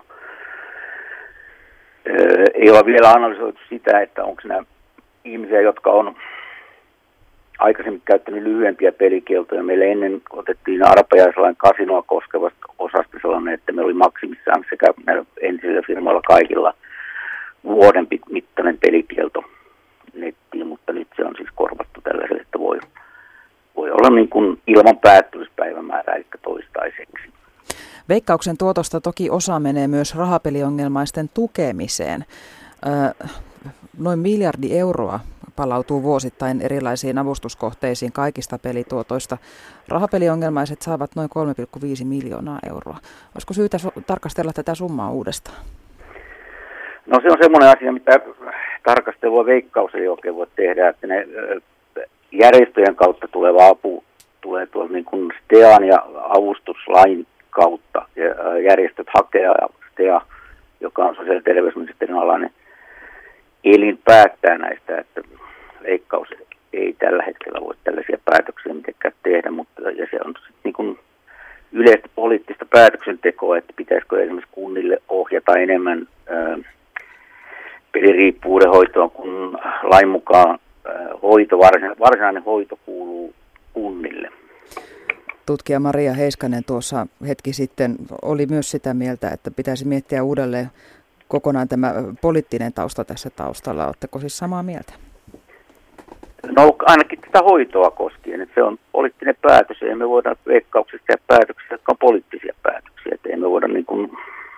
Ei ole vielä analysoitu sitä, että onko nämä ihmisiä, jotka on aikaisemmin käyttänyt lyhyempiä pelikieltoja. Meillä ennen otettiin arpajaislain kasinoa koskevasta osasta sellainen, että meillä oli maksimissaan sekä näillä entisillä firmoilla kaikilla vuoden mittainen pelikielto nettiin, mutta nyt se on siis korvattu tällaiselle, että voi olla niin kuin ilman päättymispäivämäärää, eli toistaiseksi.
Veikkauksen tuotosta toki osa menee myös rahapeliongelmaisten tukemiseen. Noin 1 miljardi euroa palautuu vuosittain erilaisiin avustuskohteisiin kaikista pelituotoista. Rahapeliongelmaiset saavat noin 3,5 miljoonaa euroa. Olisiko syytä tarkastella tätä summaa uudestaan?
No se on semmoinen asia, mitä tarkastelua Veikkaus ei oikein voi tehdä, että ne järjestöjen kautta tuleva apu tulee tuolla niin kuin STEAn ja avustuslain kautta. Ja järjestöt hakee ja STEA, joka on sosiaali- ja terveysministeriön alainen elin, päättää näistä, että Veikkaus ei tällä hetkellä voi tällaisia päätöksiä mitenkään tehdä, mutta ja se on niin kuin yleistä poliittista päätöksentekoa, että pitäisikö esimerkiksi kunnille ohjata enemmän peliriippuvuuden hoitoon, kun lain mukaan varsinainen hoito kuuluu kunnille.
Tutkija Maria Heiskanen tuossa hetki sitten oli myös sitä mieltä, että pitäisi miettiä uudelleen kokonaan tämä poliittinen tausta tässä taustalla. Oletteko siis samaa mieltä?
No ainakin tätä hoitoa koskien, että se on poliittinen päätös, ja me voidaan Veikkauksessa tehdä päätöksiä, jotka on poliittisia päätöksiä, että emme voida niin kuin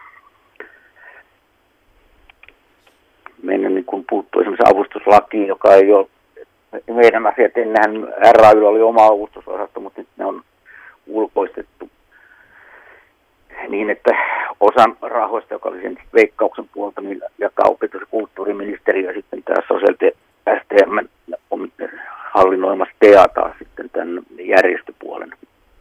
mennä niin kuin puuttua esimerkiksi avustuslakiin, joka ei ole meidän asiat. Ennenhän RAY:llä oli oma avustusosasto, mutta nyt ne on ulkoistettu niin, että osan rahoista, joka oli sen Veikkauksen puolta, niin jakaa opetus- ja kulttuuriministeriö ja sitten tämä sosiaali- STM hallinnoima STEA taas sitten tämän järjestöpuolen.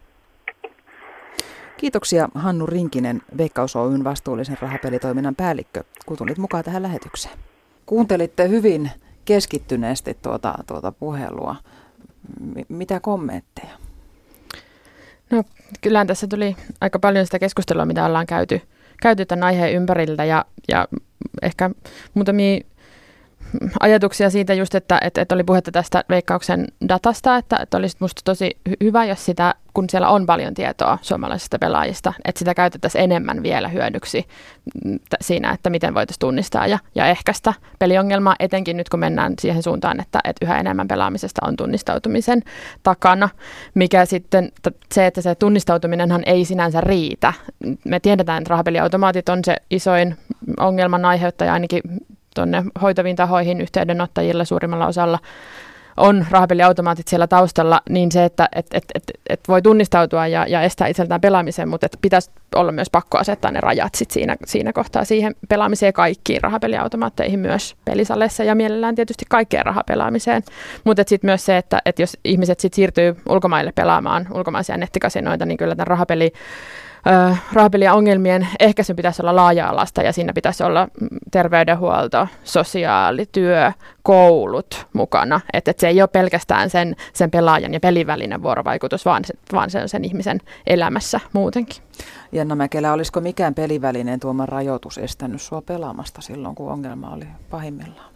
Kiitoksia Hannu Rinkinen, Veikkaus Oyn vastuullisen rahapelitoiminnan päällikkö, kun tulit mukaan tähän lähetykseen. Kuuntelitte hyvin keskittyneesti tuota puhelua. Mitä kommentteja?
No kyllähän tässä tuli aika paljon sitä keskustelua, mitä ollaan käyty tämän aiheen ympäriltä ja ehkä muutamia ajatuksia siitä just, että oli puhetta tästä Veikkauksen datasta, että olisi musta tosi hyvä, jos sitä, kun siellä on paljon tietoa suomalaisista pelaajista, että sitä käytettäisiin enemmän vielä hyödyksi siinä, että miten voitaisiin tunnistaa ja ehkäistä peliongelmaa, etenkin nyt kun mennään siihen suuntaan, että yhä enemmän pelaamisesta on tunnistautumisen takana, mikä sitten se, että se tunnistautuminenhan ei sinänsä riitä. Me tiedetään, että rahapeliautomaatit on se isoin ongelman aiheuttaja ainakin tuonne hoitaviin tahoihin yhteydenottajilla suurimmalla osalla on rahapeliautomaatit siellä taustalla, niin se, että voi tunnistautua ja estää itseltään pelaamisen, mutta että pitäisi olla myös pakko asettaa ne rajat sit siinä kohtaa siihen pelaamiseen kaikkiin rahapeliautomaatteihin myös pelisaleissa ja mielellään tietysti kaikkeen rahapelaamiseen. Mutta sitten myös se, että jos ihmiset sit siirtyy ulkomaille pelaamaan ulkomaisia nettikasinoita, niin kyllä tämän rahapelien ongelmien ehkäisyn pitäisi olla laaja-alaista ja siinä pitäisi olla terveydenhuolto, sosiaalityö, koulut mukana. Että se ei ole pelkästään sen pelaajan ja pelin välinen vuorovaikutus, vaan se on sen ihmisen elämässä muutenkin.
Janna Mäkelä, olisiko mikään pelivälinen tuoma rajoitus estänyt sinua pelaamasta silloin, kun ongelma oli pahimmillaan?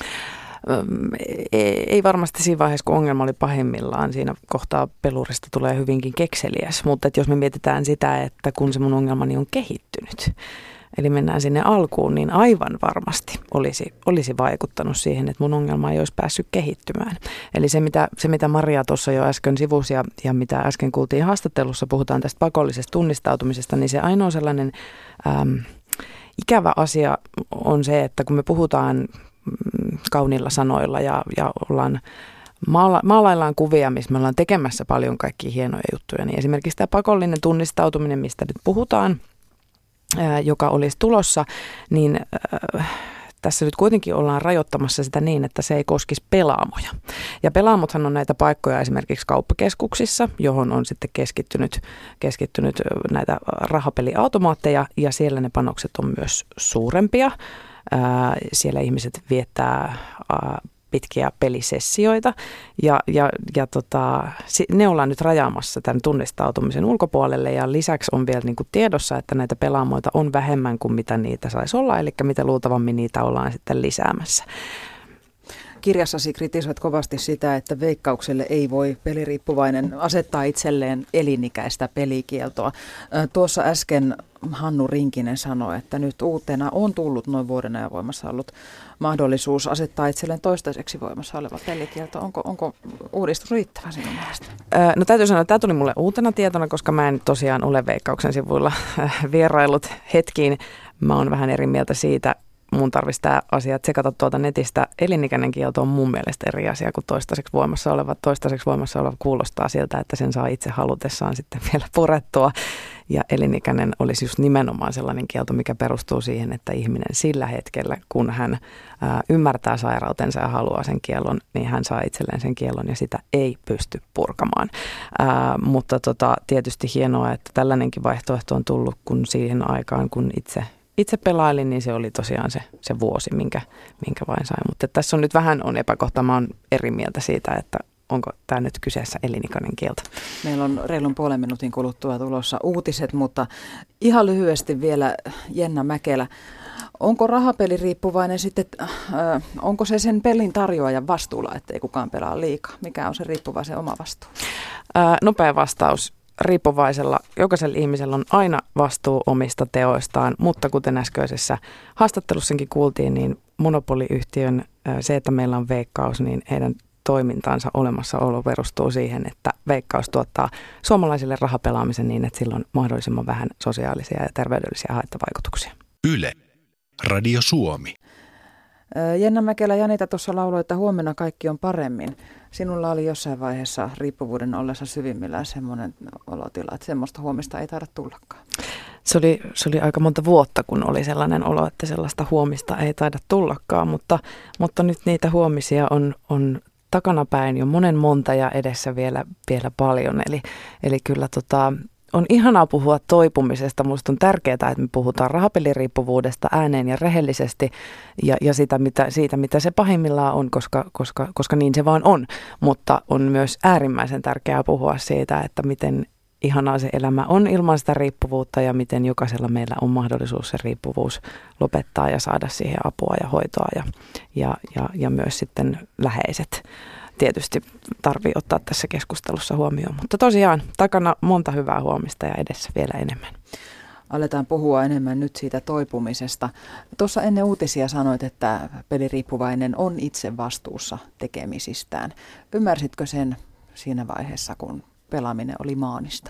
Ei varmasti siinä vaiheessa, kun ongelma oli pahimmillaan. Siinä kohtaa pelurista tulee hyvinkin kekseliäs, mutta jos me mietitään sitä, että kun se mun ongelmani on kehittynyt, eli mennään sinne alkuun, niin aivan varmasti olisi vaikuttanut siihen, että mun ongelma ei olisi päässyt kehittymään. Eli se mitä Maria tuossa jo äsken sivusi ja mitä äsken kuultiin haastattelussa, puhutaan tästä pakollisesta tunnistautumisesta, niin se ainoa sellainen ikävä asia on se, että kun me puhutaan kauniilla sanoilla ja maalaillaan kuvia, missä me ollaan tekemässä paljon kaikkia hienoja juttuja, niin esimerkiksi tämä pakollinen tunnistautuminen, mistä nyt puhutaan, joka olisi tulossa, niin tässä nyt kuitenkin ollaan rajoittamassa sitä niin, että se ei koskisi pelaamoja. Ja pelaamothan on näitä paikkoja esimerkiksi kauppakeskuksissa, johon on sitten keskittynyt näitä rahapeliautomaatteja, ja siellä ne panokset on myös suurempia. Siellä ihmiset viettää pitkiä pelisessioita ja ne ollaan nyt rajaamassa tämän tunnistautumisen ulkopuolelle ja lisäksi on vielä niin kuin tiedossa, että näitä pelaamoita on vähemmän kuin mitä niitä saisi olla, eli mitä luultavammin niitä ollaan sitten lisäämässä.
kirjassasi kritisoit kovasti sitä, että Veikkaukselle ei voi peliriippuvainen asettaa itselleen elinikäistä pelikieltoa. Tuossa äsken Hannu Rinkinen sanoi, että nyt uutena on tullut noin vuoden ajan voimassa ollut mahdollisuus asettaa itselleen toistaiseksi voimassa oleva pelikielto. Onko uudistus riittävä sinun mielestä?
No täytyy sanoa, että tämä tuli mulle uutena tietona, koska mä en tosiaan ole Veikkauksen sivuilla vierailut hetkiin. Mä oon vähän eri mieltä siitä. Mun tarvitsisi tämä asia tsekata tuolta netistä. Elinikäinen kielto on mun mielestä eri asia kuin toistaiseksi voimassa oleva. Toistaiseksi voimassa oleva kuulostaa siltä, että sen saa itse halutessaan sitten vielä purettua. Ja elinikäinen olisi just nimenomaan sellainen kielto, mikä perustuu siihen, että ihminen sillä hetkellä, kun hän ymmärtää sairautensa ja haluaa sen kiellon, niin hän saa itselleen sen kiellon ja sitä ei pysty purkamaan. Mutta tietysti hienoa, että tällainenkin vaihtoehto on tullut, kun siihen aikaan, kun itse pelailin, niin se oli tosiaan se vuosi, minkä vain sain. Mutta tässä on nyt vähän epäkohta. Mä oon eri mieltä siitä, että onko tämä nyt kyseessä elinikäinen kielto.
Meillä on reilun puolen minuutin kuluttua tulossa uutiset, mutta ihan lyhyesti vielä Jenna Mäkelä. Onko rahapeliriippuvainen sitten, onko se sen pelin tarjoajan vastuulla, ettei kukaan pelaa liikaa? Mikä on se riippuvaisen oma vastuu?
Nopea vastaus. Riippuvaisella, jokaisella ihmisellä on aina vastuu omista teoistaan, mutta kuten äskeisessä haastattelussakin kuultiin, niin monopoliyhtiön se, että meillä on Veikkaus, niin heidän toimintansa olemassaolo perustuu siihen, että Veikkaus tuottaa suomalaisille rahapelaamisen niin, että sillä on mahdollisimman vähän sosiaalisia ja terveydellisiä haittavaikutuksia.
Yle. Radio Suomi.
Jenna Mäkelä, Janita tuossa lauloi, että huomenna kaikki on paremmin. Sinulla oli jossain vaiheessa riippuvuuden ollessa syvimmillään semmoinen olotila, että semmoista huomista ei taida tullakaan.
Se oli aika monta vuotta, kun oli sellainen olo, että sellaista huomista ei taida tullakaan, mutta nyt niitä huomisia on takanapäin jo monta ja edessä vielä paljon. Eli kyllä on ihanaa puhua toipumisesta. Minusta on tärkeää, että me puhutaan rahapeliriippuvuudesta ääneen ja rehellisesti ja siitä, mitä se pahimmillaan on, koska niin se vaan on. Mutta on myös äärimmäisen tärkeää puhua siitä, että miten ihanaa se elämä on ilman sitä riippuvuutta ja miten jokaisella meillä on mahdollisuus se riippuvuus lopettaa ja saada siihen apua ja hoitoa ja myös sitten läheiset. Tietysti tarvii ottaa tässä keskustelussa huomioon, mutta tosiaan takana monta hyvää huomista ja edessä vielä enemmän.
Aletaan puhua enemmän nyt siitä toipumisesta. Tuossa ennen uutisia sanoit, että peliriippuvainen on itse vastuussa tekemisistään. Ymmärsitkö sen siinä vaiheessa, kun pelaaminen oli maanista?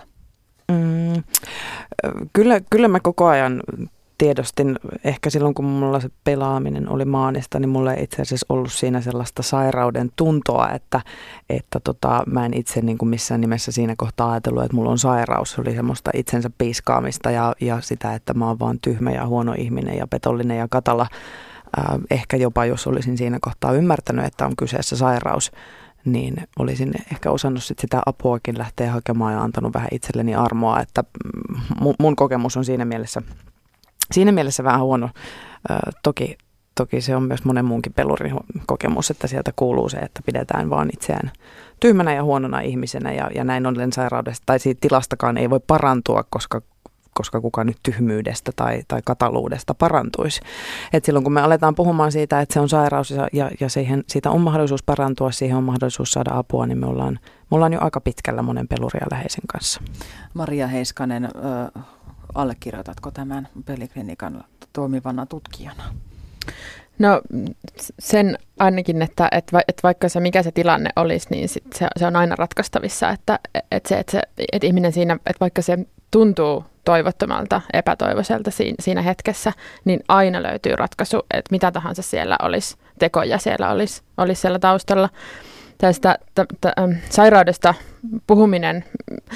Kyllä mä koko ajan tiedostin, ehkä silloin kun mulla se pelaaminen oli maanista, niin mulla ei itse asiassa ollut siinä sellaista sairauden tuntoa, että mä en itse niin kuin missään nimessä siinä kohtaa ajatellut, että mulla on sairaus. Se oli semmoista itsensä piiskaamista ja sitä, että mä oon vaan tyhmä ja huono ihminen ja petollinen ja katala. Ehkä jopa jos olisin siinä kohtaa ymmärtänyt, että on kyseessä sairaus, niin olisin ehkä osannut sitä apuakin lähteä hakemaan ja antanut vähän itselleni armoa, että mun kokemus on siinä mielessä vähän huono. Toki se on myös monen muunkin pelurin kokemus, että sieltä kuuluu se, että pidetään vaan itseään tyhmänä ja huonona ihmisenä ja näin ollen sairaudesta tai siitä tilastakaan ei voi parantua, koska kuka nyt tyhmyydestä tai kataluudesta parantuisi. Et silloin kun me aletaan puhumaan siitä, että se on sairaus ja siitä on mahdollisuus parantua, siihen on mahdollisuus saada apua, niin me ollaan jo aika pitkällä monen pelurin ja läheisen kanssa.
Maria Heiskanen, allekirjoitatko tämän peliklinikan toimivana tutkijana?
No sen ainakin, että vaikka se mikä se tilanne olisi, niin se on aina ratkaistavissa, että ihminen siinä, että vaikka se tuntuu toivottomalta, epätoivoiselta siinä hetkessä, niin aina löytyy ratkaisu, että mitä tahansa siellä olisi, tekoja siellä olisi siellä taustalla. Tästä sairaudesta puhuminen,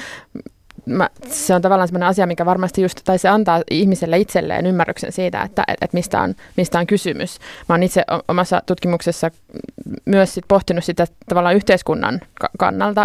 se on tavallaan sellainen asia, mikä varmasti tai se antaa ihmiselle itselleen ymmärryksen siitä, että mistä on kysymys. Mä oon itse omassa tutkimuksessa myös sit pohtinut sitä tavallaan yhteiskunnan kannalta,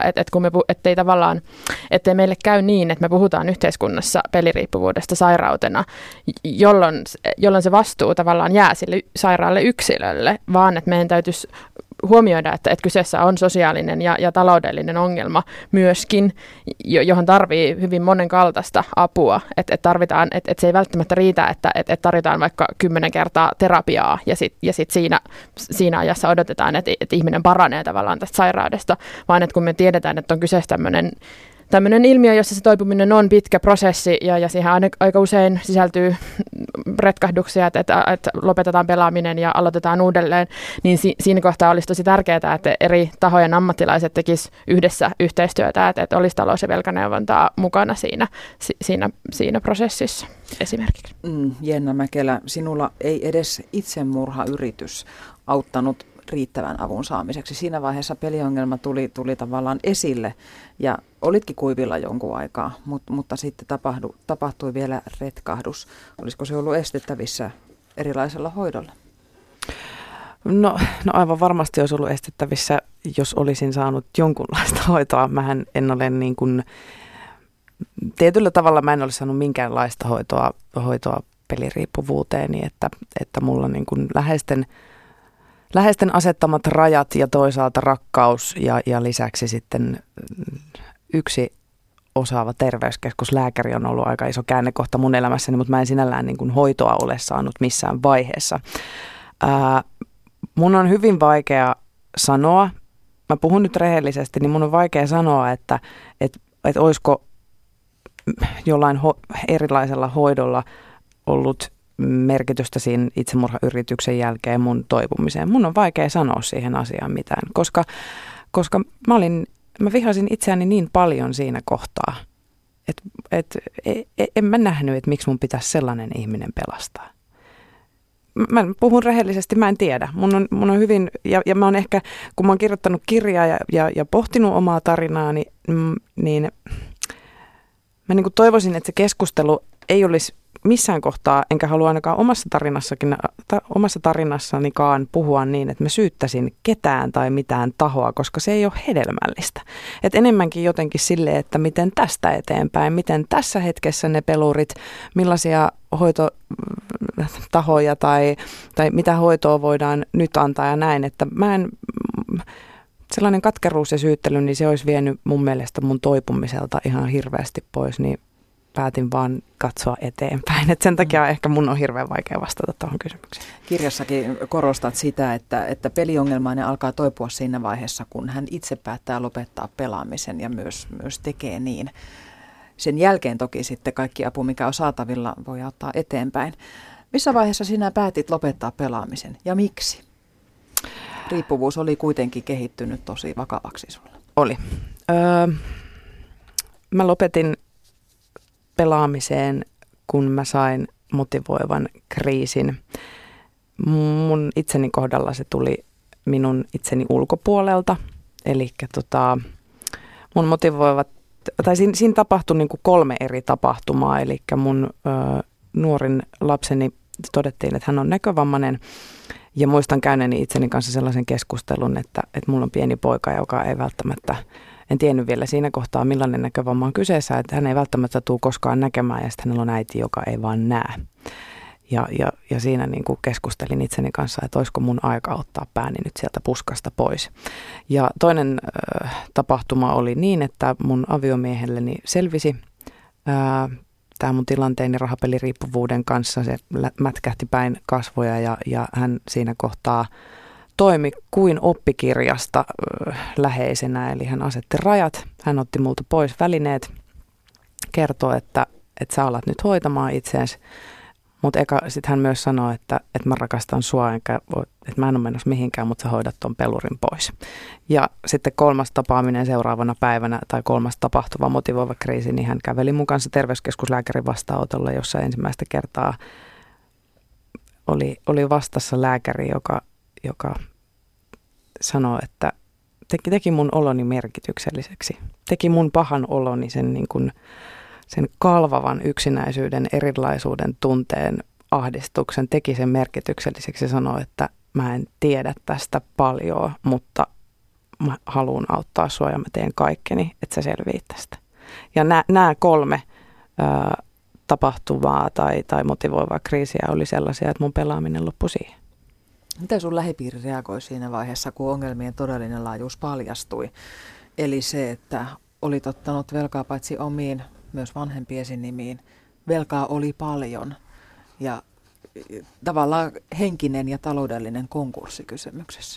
ettei meille käy niin, että me puhutaan yhteiskunnassa peliriippuvuudesta sairautena, jolloin se vastuu tavallaan jää sille sairaalle yksilölle, vaan että meidän täytyisi huomioida, että kyseessä on sosiaalinen ja taloudellinen ongelma myöskin, johon tarvii hyvin monenkaltaista apua. Että tarvitaan, että se ei välttämättä riitä, että tarjotaan vaikka 10 kertaa terapiaa ja sit siinä ajassa odotetaan, että ihminen paranee tavallaan tästä sairaudesta, vaan että kun me tiedetään, että on kyseessä tämmöinen ilmiö, jossa se toipuminen on pitkä prosessi ja siihen aika usein sisältyy retkahduksia, että lopetetaan pelaaminen ja aloitetaan uudelleen, niin siinä kohtaa olisi tosi tärkeää, että eri tahojen ammattilaiset tekisivät yhdessä yhteistyötä, että olisi talous- ja velkaneuvontaa mukana siinä prosessissa esimerkiksi.
Jenna Mäkelä, sinulla ei edes itsemurhayritys auttanut riittävän avun saamiseksi. Siinä vaiheessa peliongelma tuli tavallaan esille ja olitkin kuivilla jonkun aikaa, mutta sitten tapahtui vielä retkahdus. Olisiko se ollut estettävissä erilaisella hoidolla?
No aivan varmasti olisi ollut estettävissä, jos olisin saanut jonkunlaista hoitoa. Mähän en ole niin kuin, tietyllä tavalla mä en ole saanut minkäänlaista hoitoa peliriippuvuuteeni, että mulla niin kuin läheisten asettamat rajat ja toisaalta rakkaus ja lisäksi sitten yksi osaava terveyskeskuslääkäri on ollut aika iso käännekohta mun elämässäni, mutta mä en sinällään niin kuin hoitoa ole saanut missään vaiheessa. Mun on hyvin vaikea sanoa, mä puhun nyt rehellisesti, niin mun on vaikea sanoa, että olisiko jollain erilaisella hoidolla ollut merkitystä siinä itsemurhayrityksen jälkeen mun toipumiseen. Mun on vaikea sanoa siihen asiaan mitään, koska mä vihasin itseäni niin paljon siinä kohtaa, että en mä nähnyt, että miksi mun pitäisi sellainen ihminen pelastaa. Mä puhun rehellisesti, mä en tiedä. Mun on hyvin, ja mä oon ehkä, kun mä oon kirjoittanut kirjaa ja pohtinut omaa tarinaani, niin mä niin kuin toivoisin, että se keskustelu ei olisi missään kohtaa, enkä halua ainakaan omassa tarinassanikaan puhua niin, että mä syyttäisin ketään tai mitään tahoa, koska se ei ole hedelmällistä. Et enemmänkin jotenkin silleen, että miten tästä eteenpäin, miten tässä hetkessä ne pelurit, millaisia hoitotahoja tai mitä hoitoa voidaan nyt antaa ja näin, että sellainen katkeruus ja syyttely, niin se olisi vienyt mun mielestä mun toipumiselta ihan hirveästi pois, niin päätin vaan katsoa eteenpäin. Et sen takia ehkä mun on hirveän vaikea vastata tuohon kysymykseen.
Kirjassakin korostat sitä, että peliongelmainen alkaa toipua siinä vaiheessa, kun hän itse päättää lopettaa pelaamisen ja myös tekee niin. Sen jälkeen toki sitten kaikki apu, mikä on saatavilla, voi auttaa eteenpäin. Missä vaiheessa sinä päätit lopettaa pelaamisen ja miksi? Riippuvuus oli kuitenkin kehittynyt tosi vakavaksi sulla.
Oli. Mä lopetin pelaamiseen, kun mä sain motivoivan kriisin. Mun itseni kohdalla se tuli minun itseni ulkopuolelta. Eli mun motivoivat, tai siinä tapahtui niin kuin 3 eri tapahtumaa. Eli mun nuorin lapseni todettiin, että hän on näkövammainen. Ja muistan käyneeni itseni kanssa sellaisen keskustelun, että mulla on pieni poika, joka ei välttämättä, en tiennyt vielä siinä kohtaa, millainen näkövamma on kyseessä, että hän ei välttämättä tule koskaan näkemään ja sitten hänellä on äiti, joka ei vaan näe. Ja siinä niin kuin keskustelin itseni kanssa, että olisiko mun aika ottaa pääni nyt sieltä puskasta pois. Ja toinen tapahtuma oli niin, että mun aviomiehelleni selvisi tämä mun tilanteeni rahapeliriippuvuuden kanssa. Se mätkähti päin kasvoja ja hän siinä kohtaa toimi kuin oppikirjasta läheisenä. Eli hän asetti rajat, hän otti multa pois välineet, kertoi, että sä alat nyt hoitamaan itseäsi. Mutta sitten hän myös sanoi, että mä rakastan sua, että mä en ole menossa mihinkään, mutta sä hoidat ton pelurin pois. Ja sitten 3. tapaaminen seuraavana päivänä tai 3. tapahtuva motivoiva kriisi, niin hän käveli mun kanssa terveyskeskuslääkärin vastaanotolle, jossa ensimmäistä kertaa oli vastassa lääkäri, joka sanoi, että teki mun oloni merkitykselliseksi. Teki mun pahan oloni sen kalvavan yksinäisyyden, erilaisuuden tunteen, ahdistuksen, teki sen merkitykselliseksi ja sanoi, että mä en tiedä tästä paljon, mutta mä haluan auttaa sua ja mä teen kaikkeni, että sä selviit tästä. Ja nämä 3 tapahtuvaa tai motivoivaa kriisiä oli sellaisia, että mun pelaaminen loppui siihen.
Miten sun lähipiiri reagoi siinä vaiheessa, kun ongelmien todellinen laajuus paljastui? Eli se, että olit ottanut velkaa paitsi omiin, myös vanhempiesi nimiin. Velkaa oli paljon ja tavallaan henkinen ja taloudellinen konkurssi kysymyksessä.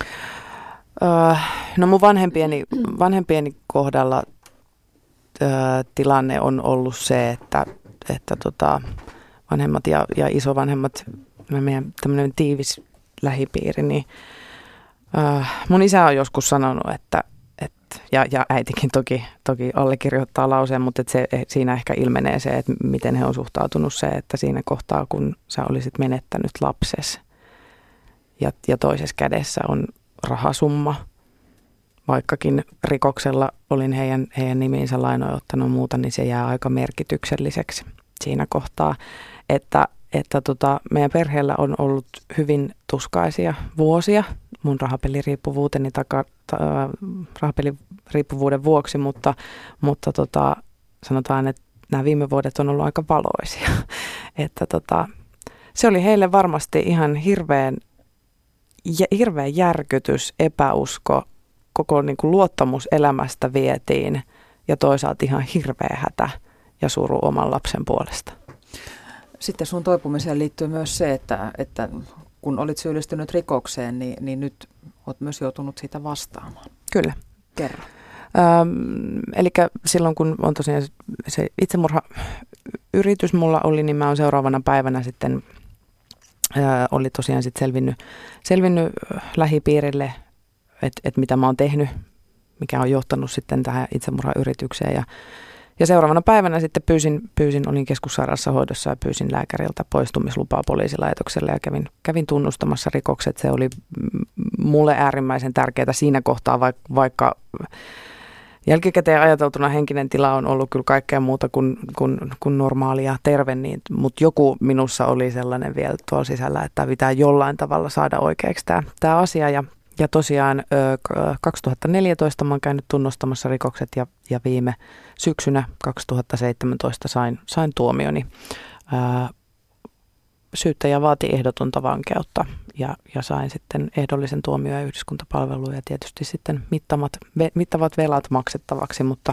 No mun vanhempieni kohdalla tilanne on ollut se, että vanhemmat ja isovanhemmat, meidän tämmöinen tiivis lähipiiri, niin mun isä on joskus sanonut, ja äitikin toki allekirjoittaa lauseen, mutta siinä ehkä ilmenee se, että miten he on suhtautunut se, että siinä kohtaa, kun sä olisit menettänyt lapses ja toisessa kädessä on rahasumma, vaikkakin rikoksella olin heidän nimiinsä lainoja ottanut muuta, niin se jää aika merkitykselliseksi siinä kohtaa, että meidän perheellä on ollut hyvin tuskaisia vuosia mun rahapeliriippuvuuden vuoksi, mutta sanotaan, että nämä viime vuodet on ollut aika valoisia. Että se oli heille varmasti ihan hirveä järkytys, epäusko, koko niin kuin luottamus elämästä vietiin ja toisaalta ihan hirveä hätä ja suru oman lapsen puolesta.
Sitten sun toipumiseen liittyy myös se, että kun olit syyllistynyt rikokseen, niin nyt olet myös joutunut siitä vastaamaan.
Kyllä.
Kerro.
Eli silloin kun on tosiaan se itsemurhayritys mulla oli, niin mä oon seuraavana päivänä sitten oli tosiaan sitten selvinnyt lähipiirille, että mitä mä oon tehnyt, mikä on johtanut sitten tähän itsemurhayritykseen. Ja seuraavana päivänä sitten olin keskussairaalassa hoidossa ja pyysin lääkäriltä poistumislupaa poliisilaitokselle ja kävin tunnustamassa rikokset. Se oli mulle äärimmäisen tärkeää siinä kohtaa, vaikka jälkikäteen ajateltuna henkinen tila on ollut kyllä kaikkea muuta kuin normaalia terve, mutta joku minussa oli sellainen vielä tuolla sisällä, että pitää jollain tavalla saada oikeaksi tämä asia. Ja tosiaan 2014 mä oon käynyt tunnustamassa rikokset ja viime syksynä 2017 sain tuomioni. Syyttäjä vaati ehdotonta vankeutta ja sain sitten ehdollisen tuomio ja yhdyskuntapalvelua ja tietysti sitten mittavat velat maksettavaksi, mutta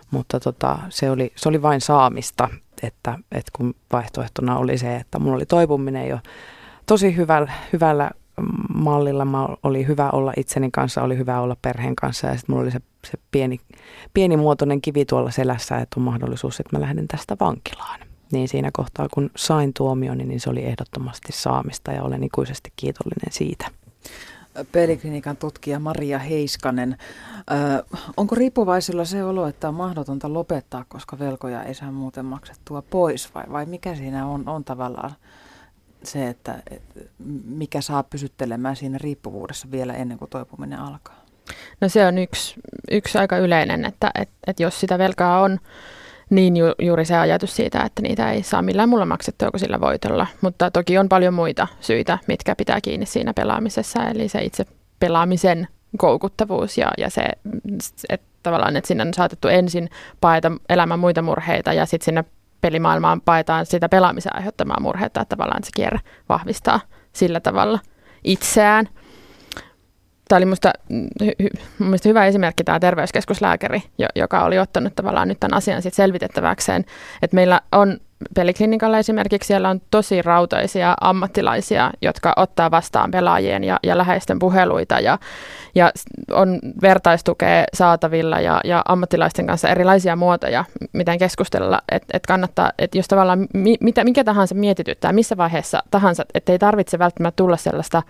se oli vain saamista, että kun vaihtoehtona oli se, että mulla oli toipuminen jo tosi hyvällä mallilla, oli hyvä olla itseni kanssa, oli hyvä olla perheen kanssa ja sitten mulla oli se pienimuotoinen kivi tuolla selässä, että on mahdollisuus, että mä lähden tästä vankilaan. Niin siinä kohtaa, kun sain tuomioni, niin se oli ehdottomasti saamista ja olen ikuisesti kiitollinen siitä.
Peliklinikan tutkija Maria Heiskanen. Onko riippuvaisilla se olo, että on mahdotonta lopettaa, koska velkoja ei saa muuten maksettua pois vai mikä siinä on tavallaan se, että mikä saa pysyttelemään siinä riippuvuudessa vielä ennen kuin toipuminen alkaa?
No se on yksi aika yleinen, että jos sitä velkaa on, niin juuri se ajatus siitä, että niitä ei saa millään muulla maksettua kuin sillä voitolla. Mutta toki on paljon muita syitä, mitkä pitää kiinni siinä pelaamisessa, eli se itse pelaamisen koukuttavuus ja se, että tavallaan, että sinne on saatettu ensin paeta elämän muita murheita ja sitten sinne pelimaailmaan paetaan sitä pelaamisen aiheuttamaa murheita, että tavallaan se kierre vahvistaa sillä tavalla itseään. Tämä oli minusta hyvä esimerkki tämä terveyskeskuslääkäri, joka oli ottanut tavallaan nyt tämän asian sit selvitettäväkseen. Että meillä on peliklinikalla esimerkiksi siellä on tosi rautoisia ammattilaisia, jotka ottaa vastaan pelaajien ja läheisten puheluita ja on vertaistukea saatavilla ja ammattilaisten kanssa erilaisia muotoja, miten keskustella, että kannattaa, että jos tavallaan mikä tahansa mietityttää, missä vaiheessa tahansa, että ei tarvitse välttämättä tulla sellaista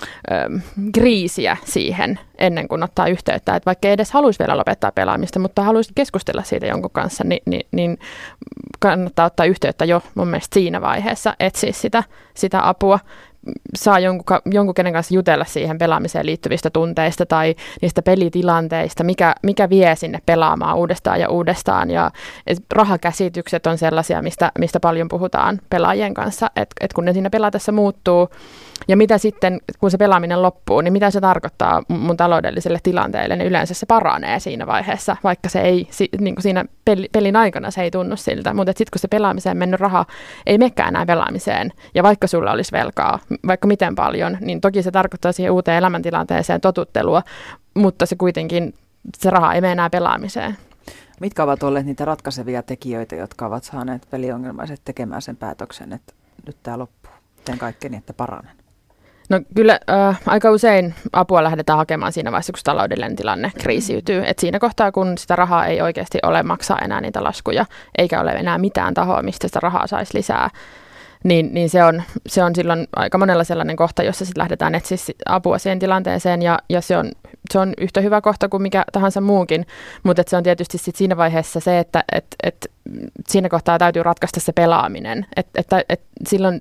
kriisiä siihen ennen kuin ottaa yhteyttä, että vaikka ei edes haluaisi vielä lopettaa pelaamista, mutta haluaisi keskustella siitä jonkun kanssa, niin kannattaa ottaa yhteyttä jo mun mielestä siinä vaiheessa, etsiä sitä apua, saa jonkun kenen kanssa jutella siihen pelaamiseen liittyvistä tunteista tai niistä pelitilanteista, mikä vie sinne pelaamaan uudestaan ja uudestaan. Ja rahakäsitykset on sellaisia, mistä paljon puhutaan pelaajien kanssa, että kun ne siinä pelatessa muuttuu Ja mitä sitten, kun se pelaaminen loppuu, niin mitä se tarkoittaa mun taloudelliselle tilanteelle, niin yleensä se paranee siinä vaiheessa, vaikka se ei, niin kuin siinä pelin aikana se ei tunnu siltä. Mutta sitten kun se pelaamiseen mennyt raha ei menekään enää pelaamiseen, ja vaikka sulla olisi velkaa, vaikka miten paljon, niin toki se tarkoittaa siihen uuteen elämäntilanteeseen totuttelua, mutta se kuitenkin, se raha ei mene enää pelaamiseen.
Mitkä ovat olleet niitä ratkaisevia tekijöitä, jotka ovat saaneet peliongelmaiset tekemään sen päätöksen, että nyt tämä loppuu? Teen kaikkeni, että paranen.
No kyllä aika usein apua lähdetään hakemaan siinä vaiheessa, kun taloudellinen tilanne kriisiytyy. Et siinä kohtaa, kun sitä rahaa ei oikeasti ole maksaa enää niitä laskuja, eikä ole enää mitään tahoa, mistä sitä rahaa saisi lisää, niin se on silloin aika monella sellainen kohta, jossa sitten lähdetään etsiä apua siihen tilanteeseen, ja se on yhtä hyvä kohta kuin mikä tahansa muukin, mutta se on tietysti sit siinä vaiheessa se, että siinä kohtaa täytyy ratkaista se pelaaminen, että silloin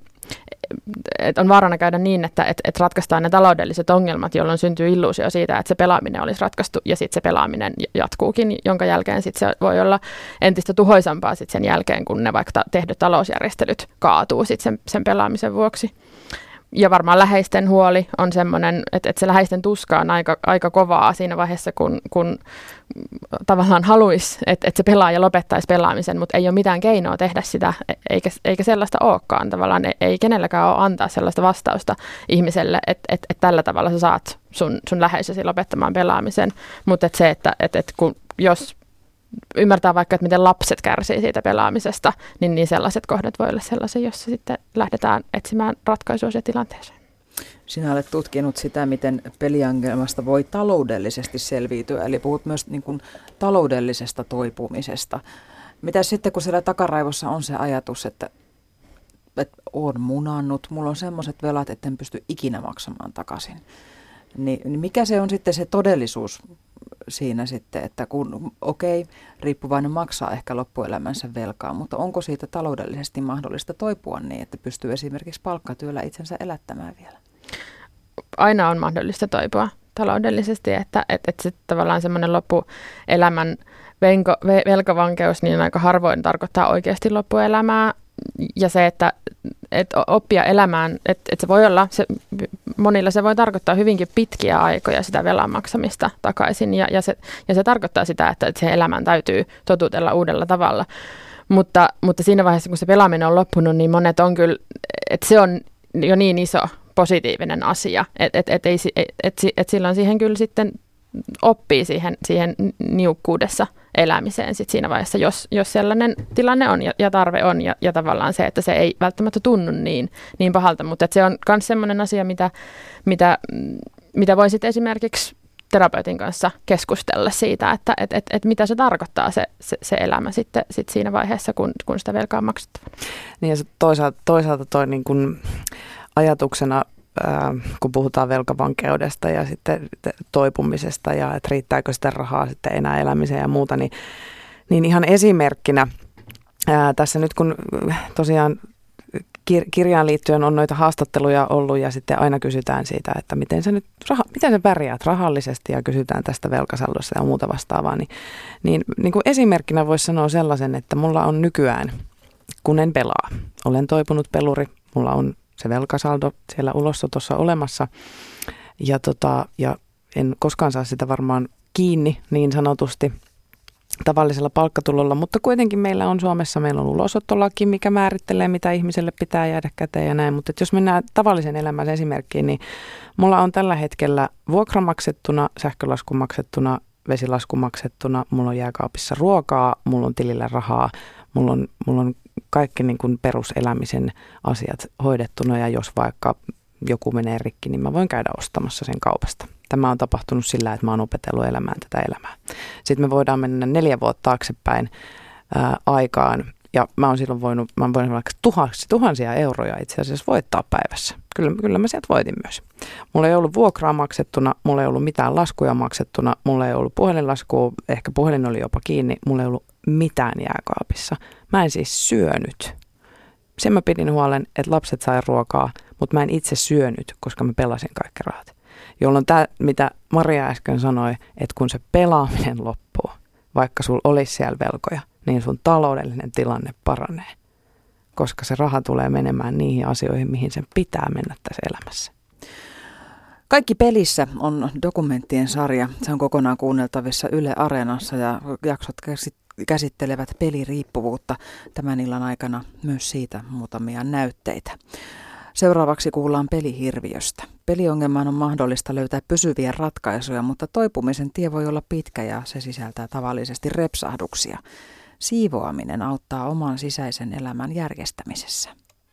on vaarana käydä niin, että ratkaistaan ne taloudelliset ongelmat, jolloin syntyy illuusio siitä, että se pelaaminen olisi ratkaistu, ja sitten se pelaaminen jatkuukin, jonka jälkeen sit se voi olla entistä tuhoisampaa sit sen jälkeen, kun ne vaikka tehdyt talousjärjestelyt kaatuu sit sen pelaamisen vuoksi. Ja varmaan läheisten huoli on semmoinen, että se läheisten tuska on aika kovaa siinä vaiheessa, kun tavallaan haluaisi, että se pelaaja lopettaisi pelaamisen, mutta ei ole mitään keinoa tehdä sitä, eikä sellaista olekaan. Tavallaan ei kenelläkään ole antaa sellaista vastausta ihmiselle, että tällä tavalla sä saat sun läheisesi lopettamaan pelaamisen. Mutta jos ymmärtää vaikka, että miten lapset kärsii siitä pelaamisesta, niin sellaiset kohdat voi olla sellaisia, jossa sitten lähdetään etsimään ratkaisua siihen tilanteeseen.
Sinä olet tutkinut sitä, miten peliongelmasta voi taloudellisesti selviytyä, eli puhut myös niin kuin taloudellisesta toipumisesta. Mitä sitten, kun siellä takaraivossa on se ajatus, että olen munannut, mulla on semmoiset velat, että en pysty ikinä maksamaan takaisin. Niin mikä se on sitten se todellisuus siinä sitten, että kun riippuvainen maksaa ehkä loppuelämänsä velkaa, mutta onko siitä taloudellisesti mahdollista toipua niin, että pystyy esimerkiksi palkkatyöllä itsensä elättämään vielä?
Aina on mahdollista toipua taloudellisesti, että sitten tavallaan semmoinen loppuelämän velkavankeus niin aika harvoin tarkoittaa oikeasti loppuelämää. Ja se, että oppia elämään, että se voi olla, monilla se voi tarkoittaa hyvinkin pitkiä aikoja sitä velan maksamista takaisin. Ja se tarkoittaa sitä, että sen elämän täytyy totutella uudella tavalla. Mutta siinä vaiheessa, kun se pelaaminen on loppunut, niin monet on kyllä, että se on jo niin iso positiivinen asia, että silloin siihen kyllä sitten oppii siihen niukkuudessa elämiseen sit siinä vaiheessa, jos sellainen tilanne on ja tarve on ja tavallaan se, että se ei välttämättä tunnu niin pahalta, mutta se on myös sellainen asia, mitä voi sitten esimerkiksi terapeutin kanssa keskustella siitä, että mitä se tarkoittaa se elämä sitten siinä vaiheessa, kun sitä velkaa on maksettavana.
Niin ja toisaalta toi niin kuin ajatuksena, kun puhutaan velkavankeudesta ja sitten toipumisesta ja että riittääkö sitä rahaa sitten enää elämiseen ja muuta, niin ihan esimerkkinä tässä nyt kun tosiaan kirjaan liittyen on noita haastatteluja ollut ja sitten aina kysytään siitä, että miten sä pärjäät rahallisesti ja kysytään tästä velkasaldosta ja muuta vastaavaa, niin kuin esimerkkinä voisi sanoa sellaisen, että mulla on nykyään, kun en pelaa, olen toipunut peluri, mulla on se velkasaldo siellä ulosotossa olemassa ja en koskaan saa sitä varmaan kiinni niin sanotusti tavallisella palkkatulolla, mutta kuitenkin meillä on ulosottolaki, mikä määrittelee, mitä ihmiselle pitää jäädä käteen ja näin, mutta jos mennään tavallisen elämän esimerkkiin, niin mulla on tällä hetkellä vuokra maksettuna, sähkölasku maksettuna, vesilasku maksettuna, mulla on jääkaapissa ruokaa, mulla on tilillä rahaa, mulla on kaikki niin kuin peruselämisen asiat hoidettuna ja jos vaikka joku menee rikki, niin mä voin käydä ostamassa sen kaupasta. Tämä on tapahtunut sillä, että mä oon opetellut elämään tätä elämää. Sitten me voidaan mennä 4 vuotta taaksepäin aikaan ja mä oon voinut vaikka tuhansia euroja itse asiassa voittaa päivässä. Kyllä mä sieltä voitin myös. Mulla ei ollut vuokraa maksettuna, mulla ei ollut mitään laskuja maksettuna, mulla ei ollut puhelinlaskua, ehkä puhelin oli jopa kiinni, mulla ei ollut mitään jääkaapissa. Mä en siis syönyt. Sen mä pidin huolen, että lapset sai ruokaa, mutta mä en itse syönyt, koska mä pelasin kaikki rahat. Jolloin tämä, mitä Maria äsken sanoi, että kun se pelaaminen loppuu, vaikka sulla olisi siellä velkoja, niin sun taloudellinen tilanne paranee. koska se raha tulee menemään niihin asioihin, mihin sen pitää mennä tässä elämässä.
Kaikki pelissä on dokumenttien sarja. Se on kokonaan kuunneltavissa Yle Areenassa ja jaksot käsittelevät peliriippuvuutta. Tämän illan aikana myös siitä muutamia näytteitä. Seuraavaksi kuullaan pelihirviöstä. Peliongelmaan on mahdollista löytää pysyviä ratkaisuja, mutta toipumisen tie voi olla pitkä ja se sisältää tavallisesti repsahduksia. Siivoaminen auttaa oman sisäisen elämän järjestämisessä.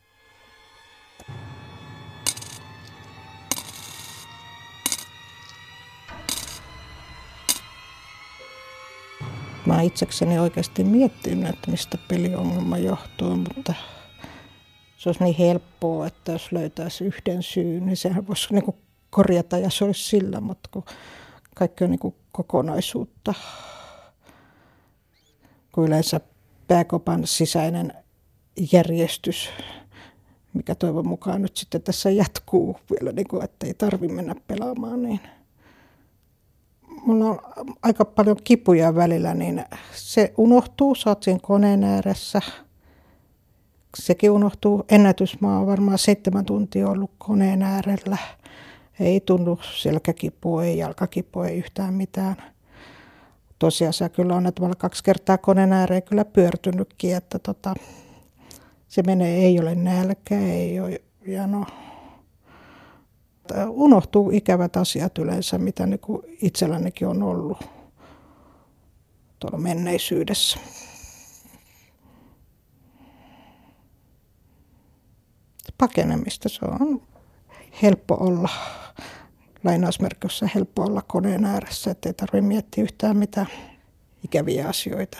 Mä oon itsekseni oikeasti miettinyt, että mistä peliongelma johtuu, mutta se olisi niin helppoa, että jos löytäisi yhden syyn, niin sehän voisi niin kuin korjata ja se olisi sillä, mutta kun kaikki on niin kuin kokonaisuutta. Kun yleensä pääkopan sisäinen järjestys, mikä toivon mukaan nyt sitten tässä jatkuu vielä, niin kuin, että ei tarvitse mennä pelaamaan, niin mulla on aika paljon kipuja välillä, niin se unohtuu, sä oot siinä koneen ääressä. Sekin unohtuu. Ennätysmaa on varmaan 7 tuntia ollut koneen äärellä. Ei tunnu selkäkipua, ei jalkakipua, ei yhtään mitään. Tosiasia kyllä on, että mä olen 2 kertaa koneen ääreen kyllä pyörtynytkin, että se menee, ei ole nälkä, ei ole, ja no, unohtuu ikävät asiat yleensä, mitä niin kuin itsellänikin on ollut tuolla menneisyydessä. Pakenemista, se on helppo olla, lainausmerkissä helppo olla koneen ääressä, ettei tarvitse miettiä yhtään mitään ikäviä asioita.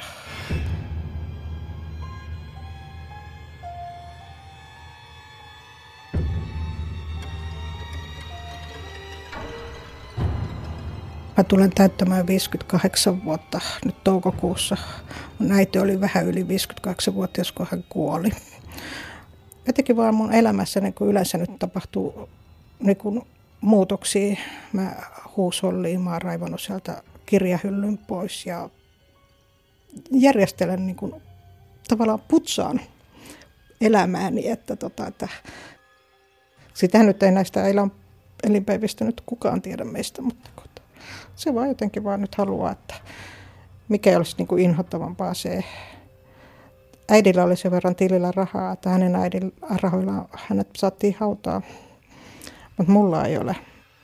Mä tulen täyttämään 58 vuotta nyt toukokuussa. Mun äiti oli vähän yli 58-vuotias, kun hän kuoli. Jotenkin vaan mun elämässä niin kuin yleensä nyt tapahtuu niin kuin muutoksia. Mä huusholliin, mä oon raivannut sieltä kirjahyllyn pois ja järjestelen niin kuin, tavallaan putsaan elämääni. Että sitähän nyt ei näistä elinpäivistä nyt kukaan tiedä meistä, mutta se vaan jotenkin vaan nyt haluaa, että mikä olisi niin kuin inhottavampaa se. Äidillä oli sen verran tilillä rahaa, että hänen äidin rahoilla hänet saatiin hautaa, mutta mulla ei ole.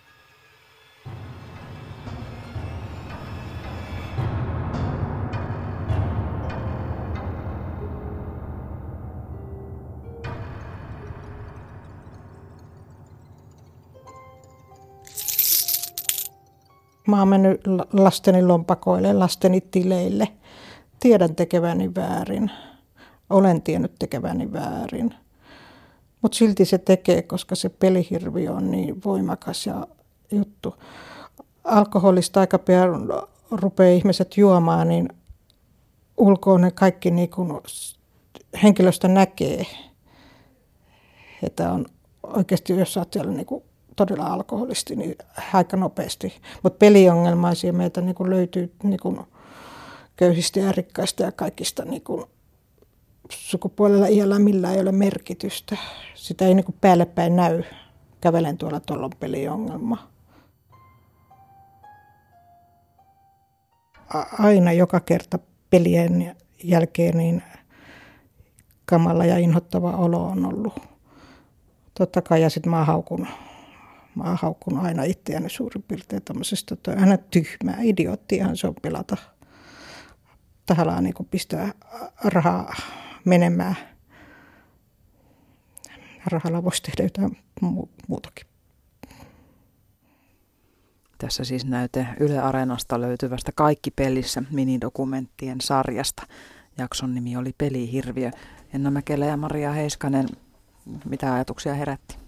Mä oon mennyt lasteni lompakoille, lasteni tileille. Tiedän tekeväni väärin. Olen tiennyt tekeväni väärin. Mutta silti se tekee, koska se pelihirviö on niin voimakas ja juttu. Alkoholista aika pian rupeaa ihmiset juomaan, niin ulkoon ne kaikki niin kun henkilöstö näkee. Että on oikeasti, jos olet siellä niin kun todella alkoholisti, niin aika nopeasti. Mutta peliongelmaisia meiltä niin kun löytyy niin kun köyhistä ja rikkaista ja kaikista niin kun sukupuolella iällä millään ei ole merkitystä. Sitä ei niin kuin päälle päin näy. Kävelen tuolla on peliongelma. Aina joka kerta pelien jälkeen niin kamala ja inhottava olo on ollut. Totta kai ja sitten mä oon haukkunut aina itseäni suurin piirtein tämmöisestä, että on aina tyhmää, idioottiahan se on pelata. Tahallaan niin kuin pistää rahaa menemään. Rahalla voisi tehdä jotain muutakin.
Tässä siis näyte Yle Areenasta löytyvästä Kaikki pelissä minidokumenttien sarjasta. Jakson nimi oli Pelihirviö. Jenna Mäkelä ja Maria Heiskanen, mitä ajatuksia herätti?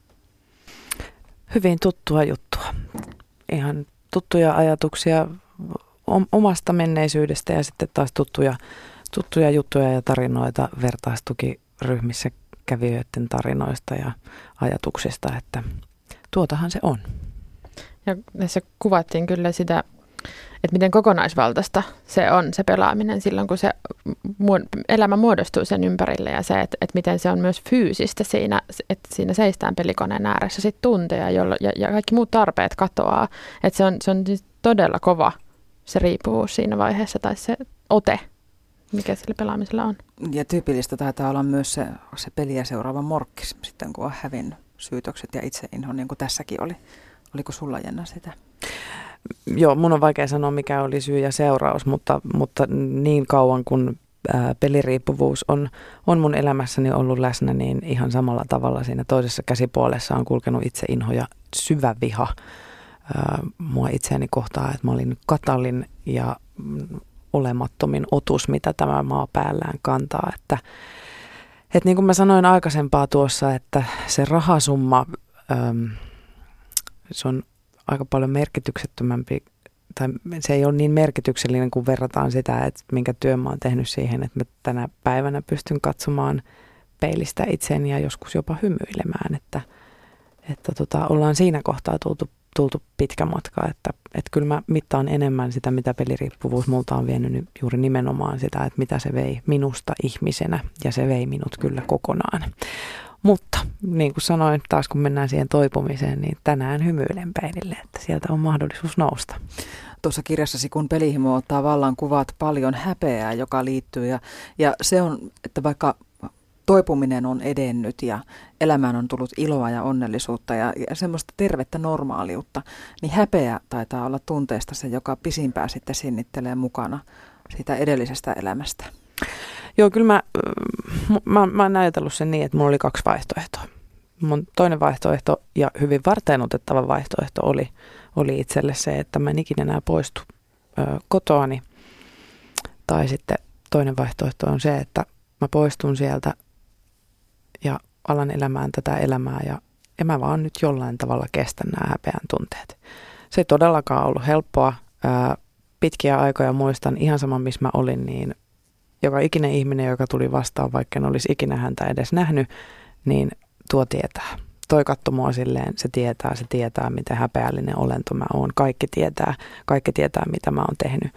Hyvin tuttua juttua. Ihan tuttuja ajatuksia omasta menneisyydestä ja sitten taas tuttuja juttuja ja tarinoita vertaistukiryhmissä kävijöiden tarinoista ja ajatuksista, että tuotahan se on.
Ja tässä kuvattiin kyllä sitä, miten kokonaisvaltaista se on se pelaaminen silloin, kun se elämä muodostuu sen ympärille ja se, että miten se on myös fyysistä siinä, että siinä seistään pelikoneen ääressä sit tunteja ja kaikki muut tarpeet katoaa. Että se on siis todella kova se riippuvuus siinä vaiheessa tai se ote, mikä sillä pelaamisella on.
Ja tyypillistä taitaa olla myös se peliä seuraava morkkis, sitten kun on hävinnyt syytökset ja itseinho, niin kuin tässäkin oli. Oliko sulla, Jenna, sitä?
Joo, mun on vaikea sanoa, mikä oli syy ja seuraus, mutta niin kauan kun peliriippuvuus on mun elämässäni ollut läsnä, niin ihan samalla tavalla siinä toisessa käsipuolessa on kulkenut itseinho ja syvä viha mua itseäni kohtaan, että mä olin katalin ja olemattomin otus, mitä tämä maa päällään kantaa. Että niin kuin mä sanoin aikaisempaa tuossa, että se rahasumma, se on aika paljon merkityksettömämpi, tai se ei ole niin merkityksellinen, kun verrataan sitä, että minkä työn mä oon tehnyt siihen, että mä tänä päivänä pystyn katsomaan peilistä itseäni ja joskus jopa hymyilemään, että ollaan siinä kohtaa tultu pitkä matka, että kyllä mä mittaan enemmän sitä, mitä peliriippuvuus multa on vienyt juuri nimenomaan sitä, että mitä se vei minusta ihmisenä, ja se vei minut kyllä kokonaan. Mutta niin kuin sanoin, taas kun mennään siihen toipumiseen, niin tänään hymyilen peilille, että sieltä on mahdollisuus nousta.
Tuossa kirjassasi, kun pelihimo ottaa vallan, kuvat paljon häpeää, joka liittyy, ja se on, että vaikka toipuminen on edennyt ja elämään on tullut iloa ja onnellisuutta ja semmoista tervettä normaaliutta, niin häpeä taitaa olla tunteesta se, joka pisimpään sitten sinnittelee mukana siitä edellisestä elämästä.
Joo, kyllä mä oon ajatellut sen niin, että mulla oli 2 vaihtoehtoa. Mun toinen vaihtoehto ja hyvin varteenotettava vaihtoehto oli itselle se, että mä en ikinä enää poistu kotoani. Tai sitten toinen vaihtoehto on se, että mä poistun sieltä ja alan elämään tätä elämää ja mä vaan nyt jollain tavalla kestän nämä häpeän tunteet. Se ei todellakaan ollut helppoa. Pitkiä aikoja muistan ihan sama, missä mä olin, niin joka ikinen ihminen, joka tuli vastaan, vaikka en olisi ikinä häntä edes nähnyt, niin tuo tietää. Toi katsoi mua silleen, se tietää, miten häpeällinen olento mä oon. Kaikki tietää, mitä mä oon tehnyt.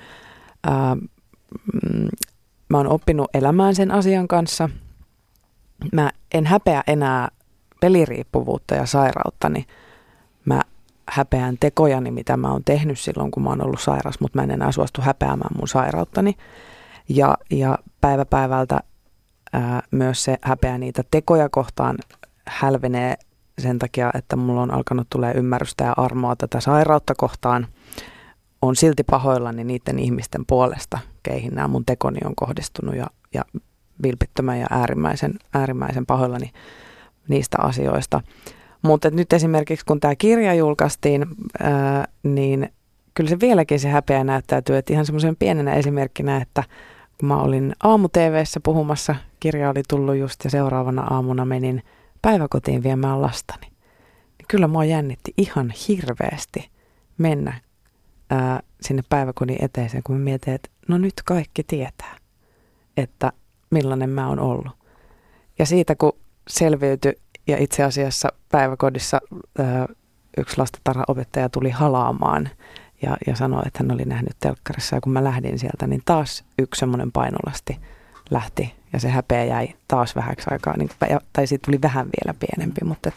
Mä oon oppinut elämään sen asian kanssa. Mä en häpeä enää peliriippuvuutta ja sairauttani. Mä häpeän tekojani, mitä mä oon tehnyt silloin, kun mä oon ollut sairas, mutta mä en enää suostu häpeämään mun sairauttani. Ja päivä päivältä myös se häpeä niitä tekoja kohtaan hälvenee sen takia, että mulla on alkanut tulee ymmärrystä ja armoa tätä sairautta kohtaan. On silti pahoillani niiden ihmisten puolesta, keihin nämä mun tekoni on kohdistunut ja vilpittömän ja äärimmäisen pahoillani niistä asioista. Mutta nyt esimerkiksi kun tämä kirja julkaistiin, niin kyllä se vieläkin se häpeä näyttäytyy, että ihan semmoisen pienenä esimerkkinä, että kun mä olin aamu-TV:ssä puhumassa, kirja oli tullut just ja seuraavana aamuna menin päiväkotiin viemään lastani. Niin kyllä mua jännitti ihan hirveästi mennä sinne päiväkodin eteiseen, kun mä mietin, että no nyt kaikki tietää, että millainen mä oon ollut. Ja siitä kun selviytyi ja itse asiassa päiväkodissa yksi lastentarhaopettaja tuli halaamaan ja sanoi, että hän oli nähnyt telkkarissa. Ja kun mä lähdin sieltä, niin taas yksi semmoinen painolasti lähti ja se häpeä jäi taas vähäksi aikaa. Tai siitä tuli vähän vielä pienempi, mutta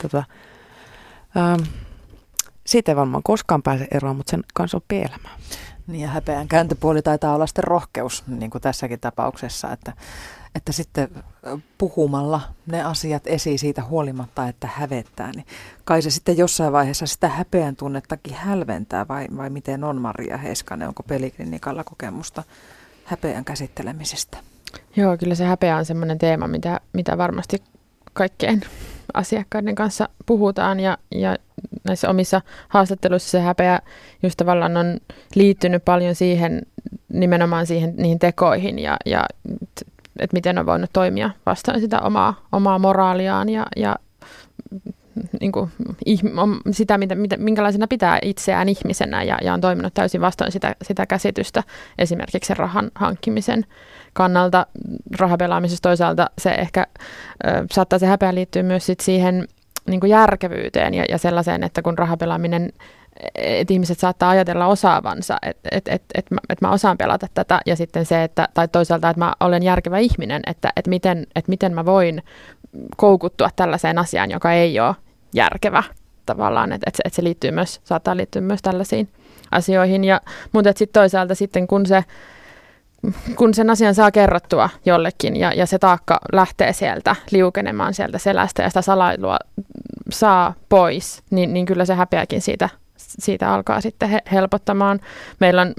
siitä ei varmaan koskaan pääse eroon, mutta sen kanssa oppii elämään.
Niin ja häpeän kääntöpuoli taitaa olla sitten rohkeus, niin kuin tässäkin tapauksessa, että sitten puhumalla ne asiat esiin siitä huolimatta, että hävettää, niin kai se sitten jossain vaiheessa sitä häpeän tunnettakin hälventää, vai miten on, Maria Heiskanen, onko Peliklinikalla kokemusta häpeän käsittelemisestä?
Joo, kyllä se häpeä on semmoinen teema, mitä varmasti kaikkien asiakkaiden kanssa puhutaan ja näissä omissa haastatteluissa se häpeä just tavallaan on liittynyt paljon nimenomaan niihin tekoihin ja että miten on voinut toimia vastaan sitä omaa moraaliaan ja niin kuin, sitä, minkälaisena pitää itseään ihmisenä ja on toiminut täysin vastoin sitä käsitystä esimerkiksi sen rahan hankkimisen kannalta. Rahapelaamisessa toisaalta se ehkä saattaa se häpeä liittyä myös siihen niin kuin järkevyyteen ja sellaiseen, että kun rahapelaaminen, että ihmiset saattaa ajatella osaavansa, että mä osaan pelata tätä, ja sitten se, että, tai toisaalta, että mä olen järkevä ihminen, että miten mä voin koukuttua tällaiseen asiaan, joka ei ole järkevä tavallaan, että se liittyy myös, saattaa liittyä myös tällaisiin asioihin, mutta sitten toisaalta sitten kun sen asian saa kerrottua jollekin ja se taakka lähtee sieltä liukenemaan sieltä selästä ja sitä salailua saa pois, niin kyllä se häpeäkin siitä alkaa sitten helpottamaan. Meillä on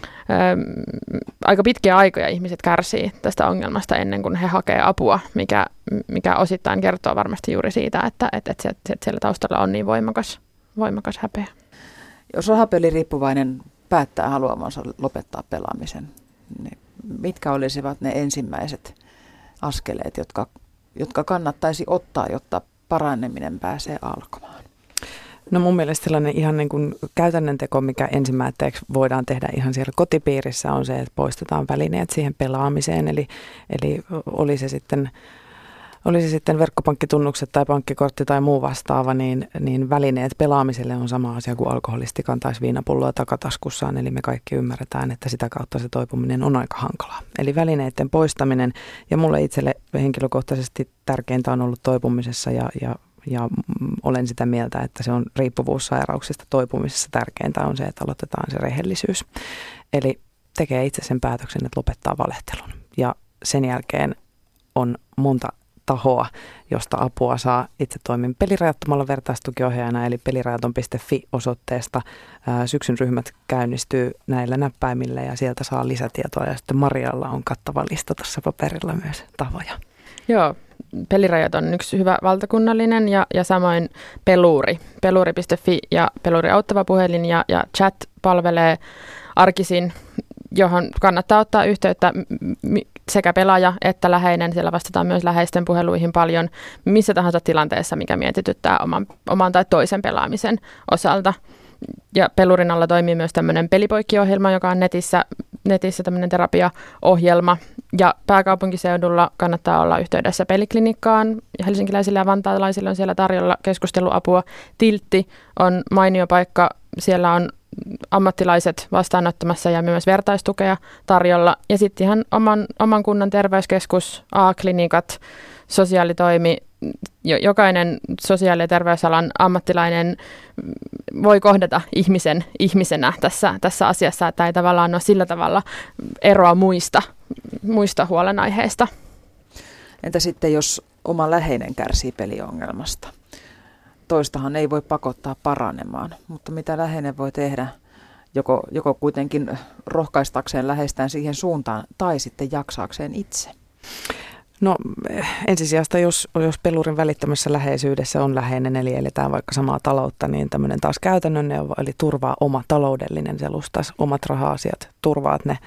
aika pitkiä aikoja ihmiset kärsii tästä ongelmasta ennen kuin he hakee apua, mikä osittain kertoo varmasti juuri siitä, että siellä taustalla on niin voimakas häpeä.
Jos rahapeliriippuvainen päättää haluamansa lopettaa pelaamisen, niin mitkä olisivat ne ensimmäiset askeleet, jotka kannattaisi ottaa, jotta paraneminen pääsee alkamaan?
No mun mielestä sellainen ihan niin kuin käytännön teko, mikä ensimmäiseksi voidaan tehdä ihan siellä kotipiirissä, on se, että poistetaan välineet siihen pelaamiseen. Eli oli se sitten verkkopankkitunnukset tai pankkikortti tai muu vastaava, niin välineet pelaamiselle on sama asia kuin alkoholisti kantaisi viinapulloa takataskussaan. Eli me kaikki ymmärretään, että sitä kautta se toipuminen on aika hankalaa. Eli välineiden poistaminen, ja mulle itselle henkilökohtaisesti tärkeintä on ollut toipumisessa ja olen sitä mieltä, että se on riippuvuussairauksista toipumisessa tärkeintä on se, että aloitetaan se rehellisyys. Eli tekee itse sen päätöksen, että lopettaa valehtelun. Ja sen jälkeen on monta tahoa, josta apua saa. Itse toimin Pelirajattomalla vertaistukiohjaajana, eli pelirajaton.fi-osoitteesta. Syksyn ryhmät käynnistyy näillä näppäimillä ja sieltä saa lisätietoa. Ja sitten Marialla on kattava lista tuossa paperilla myös tahoja.
Joo, Pelirajat on yksi hyvä valtakunnallinen ja samoin peluri.fi ja Peluri auttava puhelin ja chat palvelee arkisin, johon kannattaa ottaa yhteyttä sekä pelaaja että läheinen. Siellä vastataan myös läheisten puheluihin paljon missä tahansa tilanteessa, mikä mietityttää oman tai toisen pelaamisen osalta. Ja Pelurin alla toimii myös tämmöinen pelipoikki-ohjelma, joka on netissä tämmöinen terapiaohjelma. Ja pääkaupunkiseudulla kannattaa olla yhteydessä Peliklinikkaan. Helsinkiläisille ja vantaalaisille on siellä tarjolla keskusteluapua. Tiltti on mainio paikka. Siellä on ammattilaiset vastaanottamassa ja myös vertaistukea tarjolla. Ja sitten ihan oman kunnan terveyskeskus, A-klinikat, sosiaalitoimi, jokainen sosiaali- ja terveysalan ammattilainen voi kohdata ihmisenä tässä asiassa, että ei tavallaan ole sillä tavalla eroa muista huolenaiheista.
Entä sitten, jos oma läheinen kärsii peliongelmasta? Toistahan ei voi pakottaa paranemaan, mutta mitä läheinen voi tehdä, joko kuitenkin rohkaistakseen läheistään siihen suuntaan tai sitten jaksaakseen itse?
No ensisijasta, jos pelurin välittömässä läheisyydessä on läheinen, eli eletään vaikka samaa taloutta, niin tämmöinen taas käytännön neuvo, eli turvaa oma taloudellinen selustas, omat raha-asiat, turvaat ne.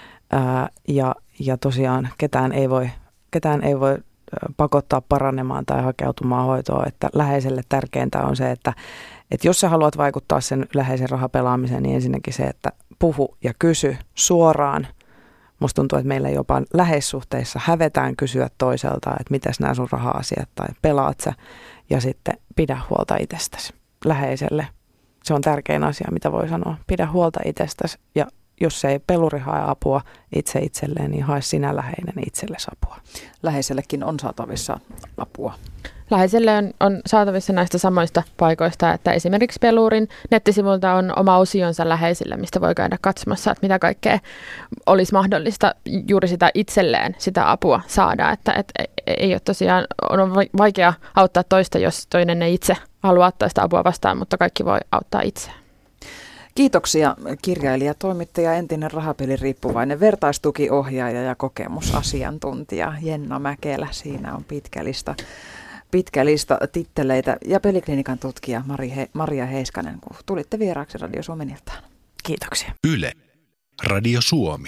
Ja tosiaan ketään ei voi pakottaa paranemaan tai hakeutumaan hoitoon, että läheiselle tärkeintä on se, että jos sä haluat vaikuttaa sen läheisen rahapelaamiseen, niin ensinnäkin se, että puhu ja kysy suoraan. Musta tuntuu, että meillä jopa läheissuhteissa hävetään kysyä toiselta, että mitäs nämä sun raha-asiat tai pelaat sä, ja sitten pidä huolta itsestäsi läheiselle. Se on tärkein asia, mitä voi sanoa. Pidä huolta itsestäsi, ja jos ei peluri hae apua itse itselleen, niin hae sinä läheinen itsellesi apua.
Läheisellekin on saatavissa apua.
Läheiselle on saatavissa näistä samoista paikoista, että esimerkiksi Pelurin nettisivulta on oma osionsa läheisille, mistä voi käydä katsomassa, että mitä kaikkea olisi mahdollista juuri sitä itselleen sitä apua saada. Että ei ole tosiaan, on vaikea auttaa toista, jos toinen ei itse halua ottaa sitä apua vastaan, mutta kaikki voi auttaa itse.
Kiitoksia kirjailija, toimittaja, entinen rahapeliriippuvainen vertaistukiohjaaja ja kokemusasiantuntija Jenna Mäkelä. Siinä on pitkä lista titteleitä ja Peliklinikan tutkija Maria Heiskanen, kun tulitte vieraaksi Radio Suomen iltaan.
Kiitoksia.
Yle, Radio Suomi.